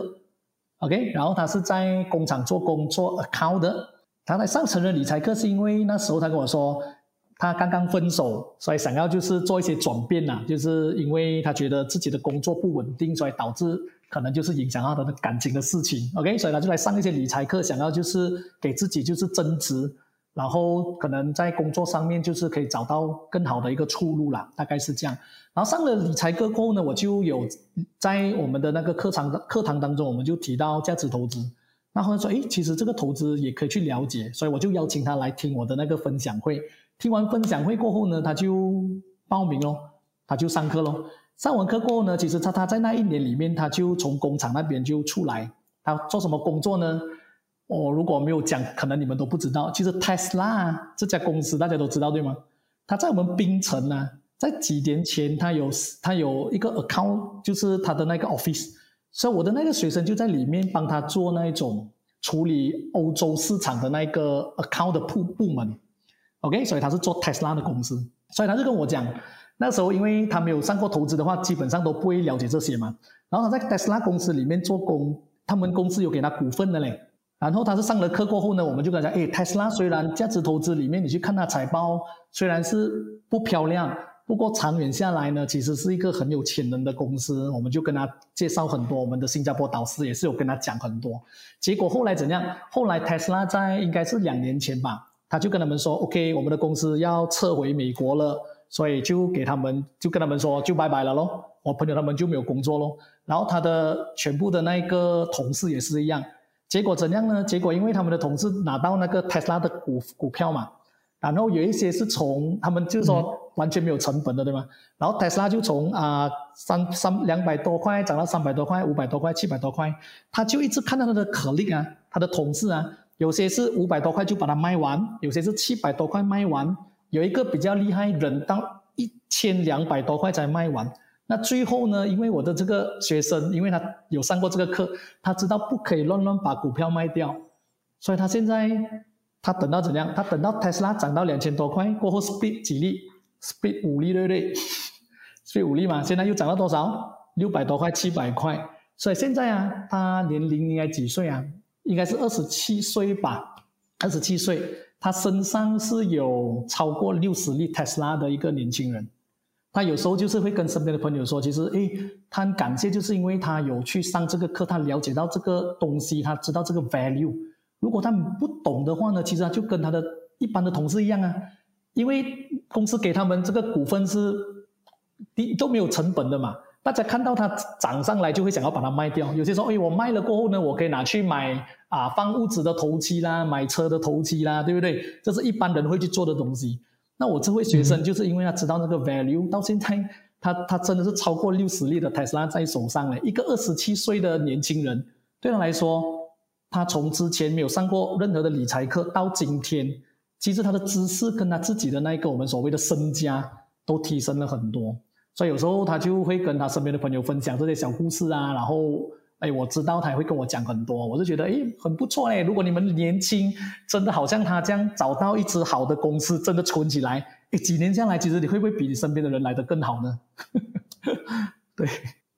OK， 然后他是在工厂做工做 account 的。他来上成人理财课是因为那时候他跟我说他刚刚分手，所以想要就是做一些转变啊，就是因为他觉得自己的工作不稳定，所以导致可能就是影响他的感情的事情 OK， 所以他就来上一些理财课，想要就是给自己就是增值，然后可能在工作上面就是可以找到更好的一个出路啦，大概是这样。然后上了理财课后呢，我就有在我们的那个课堂当中，我们就提到价值投资。然后他说其实这个投资也可以去了解，所以我就邀请他来听我的那个分享会。听完分享会过后呢，他就报名咯，他就上课咯。上完课过后呢，其实他在那1年里面，他就从工厂那边就出来， 他做什么工作呢？我如果没有讲，可能你们都不知道。其实 Tesla 这家公司大家都知道对吗？他在我们槟城啊，在几年前他有一个 account， 就是他的那个 office， 所以我的那个学生就在里面帮他做那种处理欧洲市场的那个 account 的部门。OK， 所以他是做 Tesla 的公司，所以他就跟我讲，那时候因为他没有上过投资的话，基本上都不会了解这些嘛。然后他在 Tesla 公司里面做工，他们公司有给他股份的嘞。然后他是上了课过后呢，我们就跟他讲，Tesla 虽然价值投资里面你去看他财报，虽然是不漂亮，不过长远下来呢，其实是一个很有潜能的公司。我们就跟他介绍很多，我们的新加坡导师也是有跟他讲很多。结果后来怎样？后来 Tesla 在应该是2年前吧，他就跟他们说 OK， 我们的公司要撤回美国了，所以就跟他们说就拜拜了咯。我朋友他们就没有工作咯。然后他的全部的那个同事也是一样。结果怎样呢？结果因为他们的同事拿到那个 Tesla 的股票嘛，然后有一些是从他们就是说完全没有成本的，对吗？然后 Tesla 就从200多块涨到300多块、500多块、700多块，他就一直看到他的colleague啊，他的同事啊，有些是500多块就把它卖完，有些是700多块卖完，有一个比较厉害，忍到1200多块才卖完。那最后呢，因为我的这个学生，因为他有上过这个课，他知道不可以乱把股票卖掉，所以他现在他等到怎样？他等到 Tesla 涨到2000多块过后 split 几厘 ？split 5厘，对不对？split 5厘嘛，现在又涨到多少？600多块、700块。所以现在啊，他年龄应该几岁啊？应该是27岁吧，27岁。他身上是有超过60粒 Tesla 的一个年轻人。他有时候就是会跟身边的朋友说，其实他很感谢，就是因为他有去上这个课，他了解到这个东西，他知道这个 value。如果他不懂的话呢，其实他就跟他的一般的同事一样啊，因为公司给他们这个股份是都没有成本的嘛，大家看到它涨上来就会想要把它卖掉。有些说我卖了过后呢，我可以拿去买放屋子的头期啦，买车的头期啦，对不对？这是一般人会去做的东西。那我这位学生就是因为他知道那个 value，到现在他真的是超过60粒的 Tesla 在手上了。一个27岁的年轻人，对他来说，他从之前没有上过任何的理财课到今天，其实他的知识跟他自己的那个我们所谓的身家都提升了很多。所以有时候他就会跟他身边的朋友分享这些小故事啊，然后我知道他也会跟我讲很多，我就觉得很不错如果你们年轻，真的好像他这样找到一支好的公司，真的存起来，几年下来，其实你会不会比你身边的人来得更好呢？对，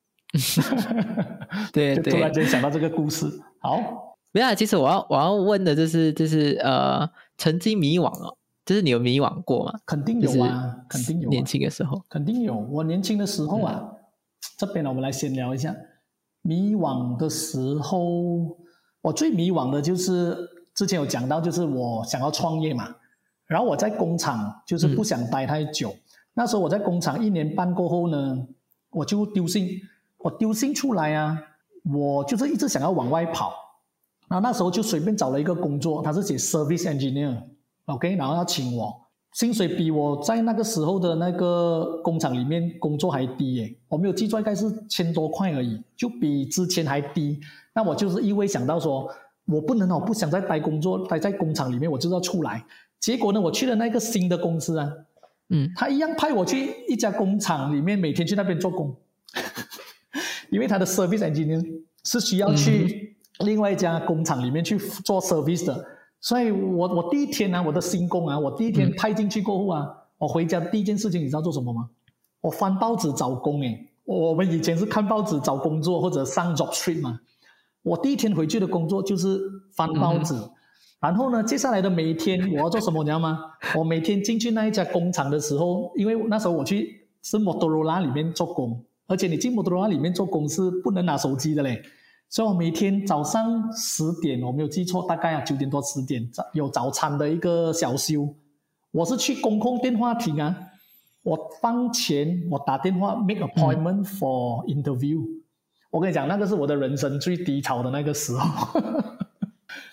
对， 就突然间想到这个故事。好， 没有，其实我要问的就是曾经迷惘哦，就是你有迷惘过吗？ 肯定有啊，肯定有。 年轻的时候， 肯定有。我年轻的时候这边我们来闲聊一下。迷惘的时候，我最迷惘的就是之前有讲到，就是我想要创业嘛，然后我在工厂就是不想待太久。那时候我在工厂1年半过后呢，我就丢心出来啊，我就是一直想要往外跑。然后那时候就随便找了一个工作，他是写 service engineer，OK， 然后要请我。薪水比我在那个时候的那个工厂里面工作还低我没有记错，应该是1000多块而已，就比之前还低。那我就是意味想到说，我不想再待在工厂里面，我就要出来。结果呢，我去了那个新的公司啊，他一样派我去一家工厂里面，每天去那边做工，因为他的 service engineer 是需要去另外一家工厂里面去做 service 的。所以我第一天我的新工我第一天派进去过后我回家第一件事情你知道做什么吗？我翻报纸找工我们以前是看报纸找工作或者上 job street 嘛。我第一天回去的工作就是翻报纸，然后呢，接下来的每一天我要做什么你知道吗？我每天进去那一家工厂的时候，因为那时候我去是 Motorola 里面做工，而且你进 Motorola 里面做工是不能拿手机的嘞。所以我每天早上10点，我没有记错，大概9点多10点有早餐的一个小休。我是去公共电话亭我放钱，我打电话 make appointment for interview。我跟你讲，那个是我的人生最低潮的那个时候。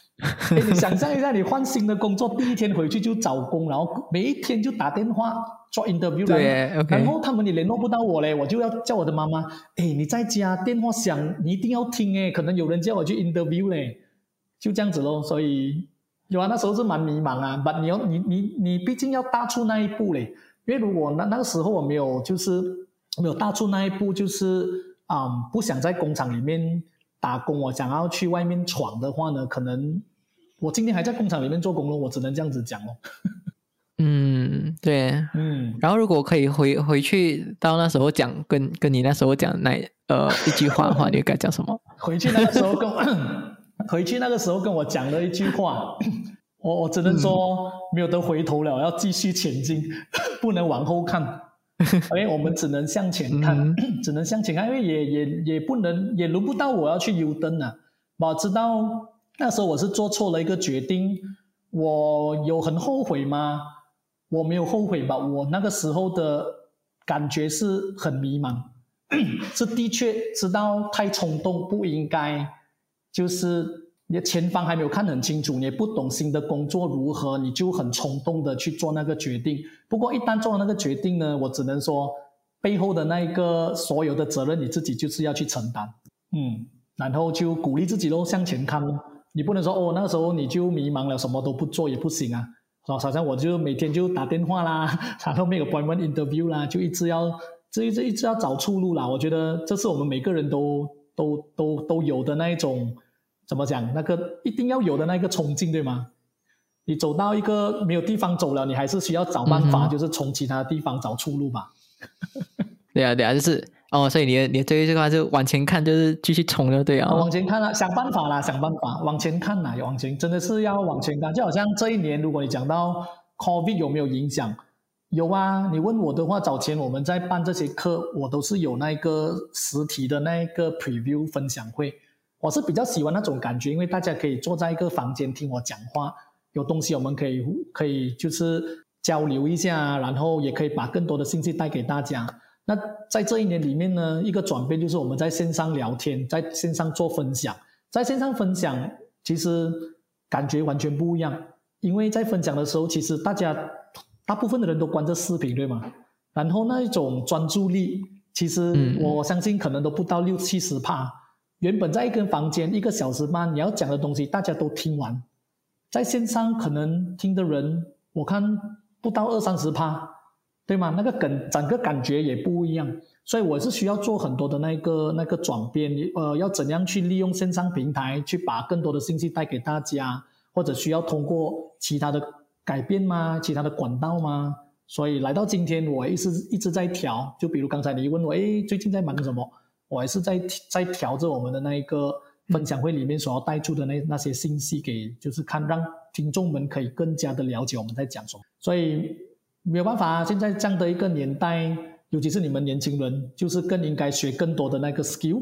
你想象一下，你换新的工作，第一天回去就找工，然后每一天就打电话做 interview， 对，OK， 然后他们也联络不到我嘞，我就要叫我的妈妈，你在家电话响，你一定要听可能有人叫我去 interview 嘞，就这样子咯。所以有啊，那时候是蛮迷茫啊， but 你毕竟要踏出那一步嘞，因为如果那个时候我没有踏出那一步，就是不想在工厂里面打工，我想要去外面闯的话呢，可能我今天还在工厂里面做工了，我只能这样子讲咯。 对，然后如果可以回去到那时候讲跟你那时候讲一句话的话，你该讲什么？ 回去那个时候跟我讲的一句话，我只能说没有得回头了，要继续前进，不能往后看。我们只能向前看，只能向前看，因为也不能，也轮不到我要去 U-turn 啊。我知道那时候我是做错了一个决定，我有很后悔吗？我没有后悔吧，我那个时候的感觉是很迷茫，是的确知道太冲动不应该，就是你的前方还没有看很清楚，你也不懂新的工作如何，你就很冲动的去做那个决定。不过一旦做了那个决定呢，我只能说背后的那一个所有的责任你自己就是要去承担。然后就鼓励自己咯，向前看咯。你不能说那个时候你就迷茫了，什么都不做也不行啊。好像我就每天就打电话啦，然后没有 appointment interview 啦，就一直要找出路啦。我觉得这是我们每个人都有的那一种，怎么讲，那个一定要有的那个冲劲，对吗？你走到一个没有地方走了，你还是需要找办法，就是从其他地方找出路吧。 对啊，就是所以你的最后一句话就往前看，就是继续冲就对啊。 往前看啦，想办法啦，想办法往前看啦，往前真的是要往前看。就好像这一年，如果你讲到 COVID 有没有影响，有啊。你问我的话，早前我们在办这些课，我都是有那个实体的那个 preview 分享会。我是比较喜欢那种感觉，因为大家可以坐在一个房间听我讲话，有东西我们可以就是交流一下，然后也可以把更多的信息带给大家。那在这一年里面呢，一个转变就是我们在线上聊天，在线上做分享。在线上分享其实感觉完全不一样，因为在分享的时候，其实大部分的人都关着视频，对吗？然后那一种专注力，其实我相信可能都不到60-70%。原本在一个房间1个小时半，你要讲的东西大家都听完，在线上可能听的人我看不到20-30%，对吗？那个整个感觉也不一样，所以我是需要做很多的那个转变，要怎样去利用线上平台去把更多的信息带给大家，或者需要通过其他的改变吗？其他的管道吗？所以来到今天我一直在调，就比如刚才你问我最近在忙什么，我还是在调着我们的那一个分享会里面所要带出的那些信息给，就是让听众们可以更加的了解我们在讲什么。所以没有办法现在这样的一个年代，尤其是你们年轻人，就是更应该学更多的那个 skill。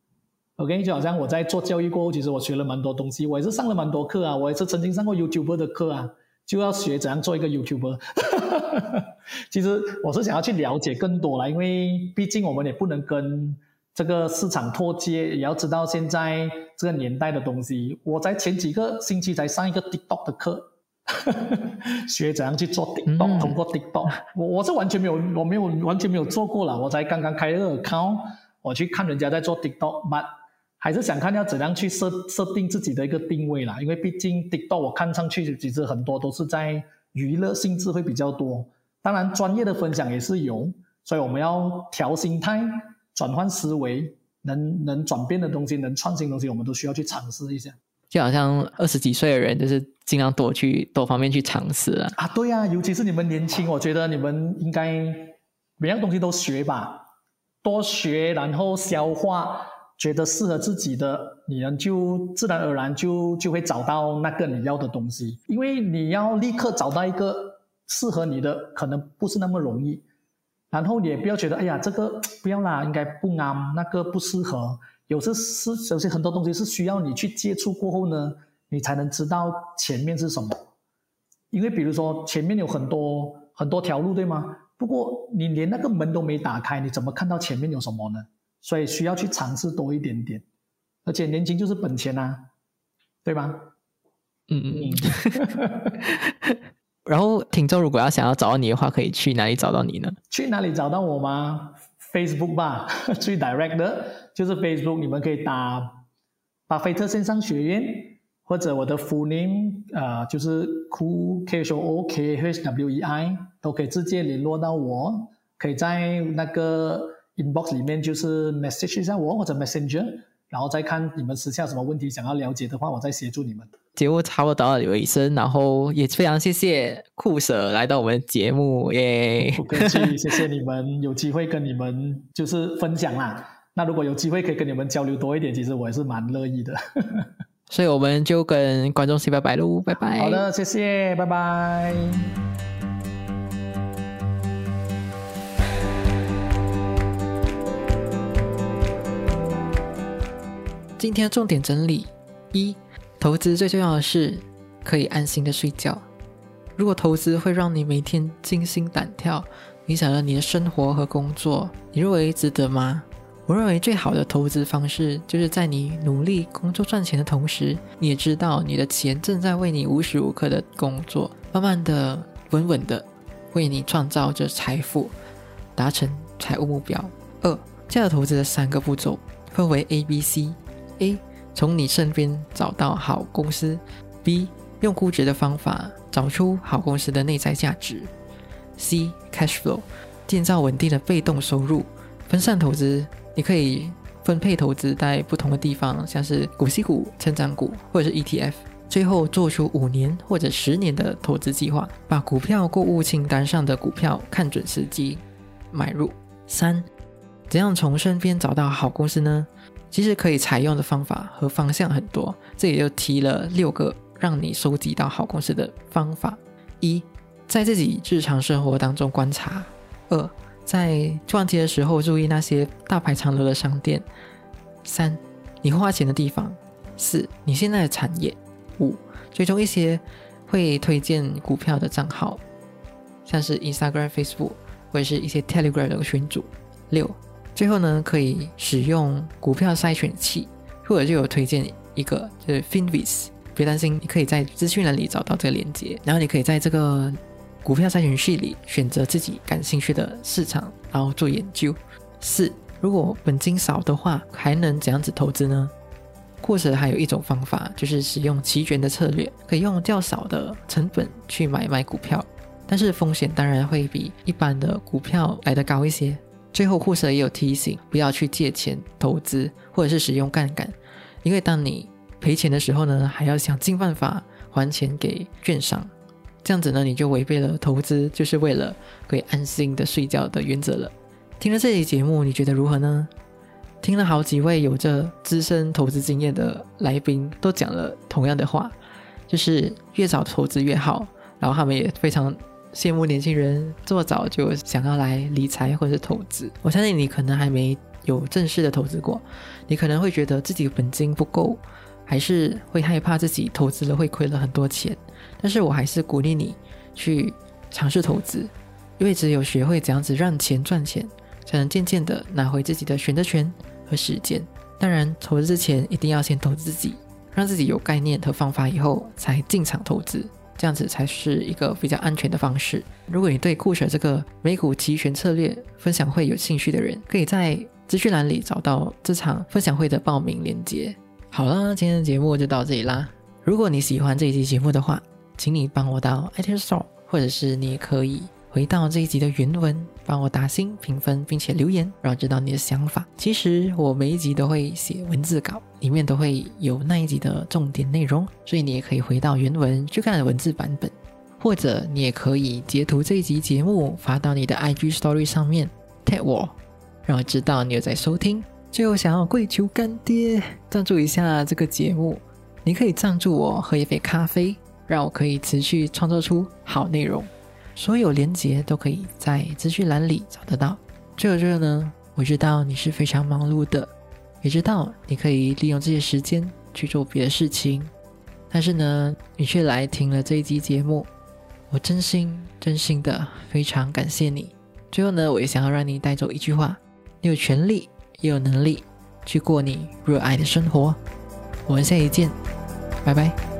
OK， 就好像我在做教育过后，其实我学了蛮多东西，我也是上了蛮多课啊，我也是曾经上过 YouTuber 的课啊，就要学怎样做一个 YouTuber 其实我是想要去了解更多啦，因为毕竟我们也不能跟这个市场脱节，也要知道现在这个年代的东西。我在前几个星期才上一个 TikTok 的课学怎样去做 TikTok，通过 TikTok， 我是完全没有做过啦，我才刚刚开了个 account， 我去看人家在做 TikTok， but 还是想看要怎样去设定自己的一个定位啦，因为毕竟 TikTok 我看上去其实很多都是在娱乐性质会比较多，当然专业的分享也是有，所以我们要调心态，转换思维，能转变的东西，能创新的东西，我们都需要去尝试一下。 就好像20几岁的人，就是尽量多方面去尝试啊。 对啊，尤其是你们年轻，我觉得你们应该每样东西都学吧，多学，然后消化，觉得适合自己的，你们就自然而然就会找到那个你要的东西。因为你要立刻找到一个适合你的，可能不是那么容易。然后你也不要觉得这个不要啦，应该不啱，那个不适合。有些很多东西是需要你去接触过后呢，你才能知道前面是什么。因为比如说前面有很多条路，对吗？不过你连那个门都没打开，你怎么看到前面有什么呢？所以需要去尝试多一点点，而且年轻就是本钱啊，对吧？ 然后听众如果要想要找到你的话，可以去哪里找到你呢？ 去哪里找到我吗？ Facebook 吧，最 direct 的就是 Facebook， 你们可以打巴菲特线上学院，或者我的 full name 就是 KHOOKHWEI， 都可以直接联络到我，可以在那个 inbox 里面就是 message 一下我，或者 messenger， 然后再看你们私下什么问题想要了解的话，我再协助你们。 节目差不多到了尾声，然后也非常谢谢酷舍来到我们的节目耶。 不客气，谢谢你们，有机会跟你们就是分享啦。那如果有机会可以跟你们交流多一点，其实我也是蛮乐意的。 所以我们就跟观众说拜拜喽，拜拜。 好的，谢谢，拜拜。 今天的重点整理：一、投资最重要的是可以安心的睡觉。如果投资会让你每天惊心胆跳，影响了你的生活和工作，你认为值得吗？我认为最好的投资方式就是在你努力工作赚钱的同时，你也知道你的钱正在为你无时无刻的工作，慢慢的稳稳的为你创造着财富，达成财务目标。二、价值投资的3个步骤分为 A、B、C。A. 从你身边找到好公司。 B. 用估值的方法找出好公司的内在价值。 C. Cash flow 建造稳定的被动收入。分散投资，你可以分配投资在不同的地方，像是股息股、成长股或者是 ETF。 最后做出5年或者10年的投资计划，把股票购物清单上的股票看准时机买入。3. 怎样从身边找到好公司呢？其实可以采用的方法和方向很多，这里就提了6个让你收集到好公司的方法。1. 在自己日常生活当中观察。2. 在逛街的时候注意那些大排长龙的商店。3. 你花钱的地方。4. 你现在的产业。5. 追踪一些会推荐股票的账号，像是 Instagram、Facebook 或者是一些 Telegram 的群组。6. 最后呢，可以使用股票筛选器，或者就有推荐一个就是 Finviz， 别担心，你可以在资讯栏里找到这个链接，然后你可以在这个股票筛选器里选择自己感兴趣的市场，然后做研究。4. 如果本金少的话，还能怎样子投资呢？或者还有一种方法，就是使用期权的策略，可以用较少的成本去买卖股票，但是风险当然会比一般的股票来得高一些。最后库舍也有提醒，不要去借钱投资或者是使用杠杆，因为当你赔钱的时候呢，还要想尽办法还钱给券商，这样子呢，你就违背了投资就是为了可以安心的睡觉的原则了。听了这期节目，你觉得如何呢？听了好几位有着资深投资经验的来宾都讲了同样的话，就是越早投资越好，然后他们也非常羡慕年轻人这么早就想要来理财或者是投资。我相信你可能还没有正式的投资过，你可能会觉得自己本金不够，还是会害怕自己投资了会亏了很多钱。但是我还是鼓励你去尝试投资，因为只有学会怎样子让钱赚钱，才能渐渐的拿回自己的选择权和时间。当然投资之前一定要先投资自己，让自己有概念和方法以后才进场投资，这样子才是一个比较安全的方式。如果你对酷舍这个美股期权策略分享会有兴趣的人，可以在资讯栏里找到这场分享会的报名链接。好啦，今天的节目就到这里啦。如果你喜欢这一期节目的话，请你帮我到 iTunes Store， 或者是你也可以回到这一集的原文，帮我打星评分并且留言，让我知道你的想法。其实我每一集都会写文字稿，里面都会有那一集的重点内容，所以你也可以回到原文去看文字版本，或者你也可以截图这一集节目发到你的 IG Story 上面 tag 我，让我知道你有在收听。最后想要跪求干爹赞助一下这个节目，你可以赞助我喝一杯咖啡，让我可以持续创作出好内容。所有连结都可以在资讯栏里找得到。最后呢，我知道你是非常忙碌的，也知道你可以利用这些时间去做别的事情，但是呢，你却来听了这一集节目，我真心的非常感谢你。最后呢，我也想要让你带走一句话：你有权利也有能力去过你热爱的生活。我们下期见，拜拜。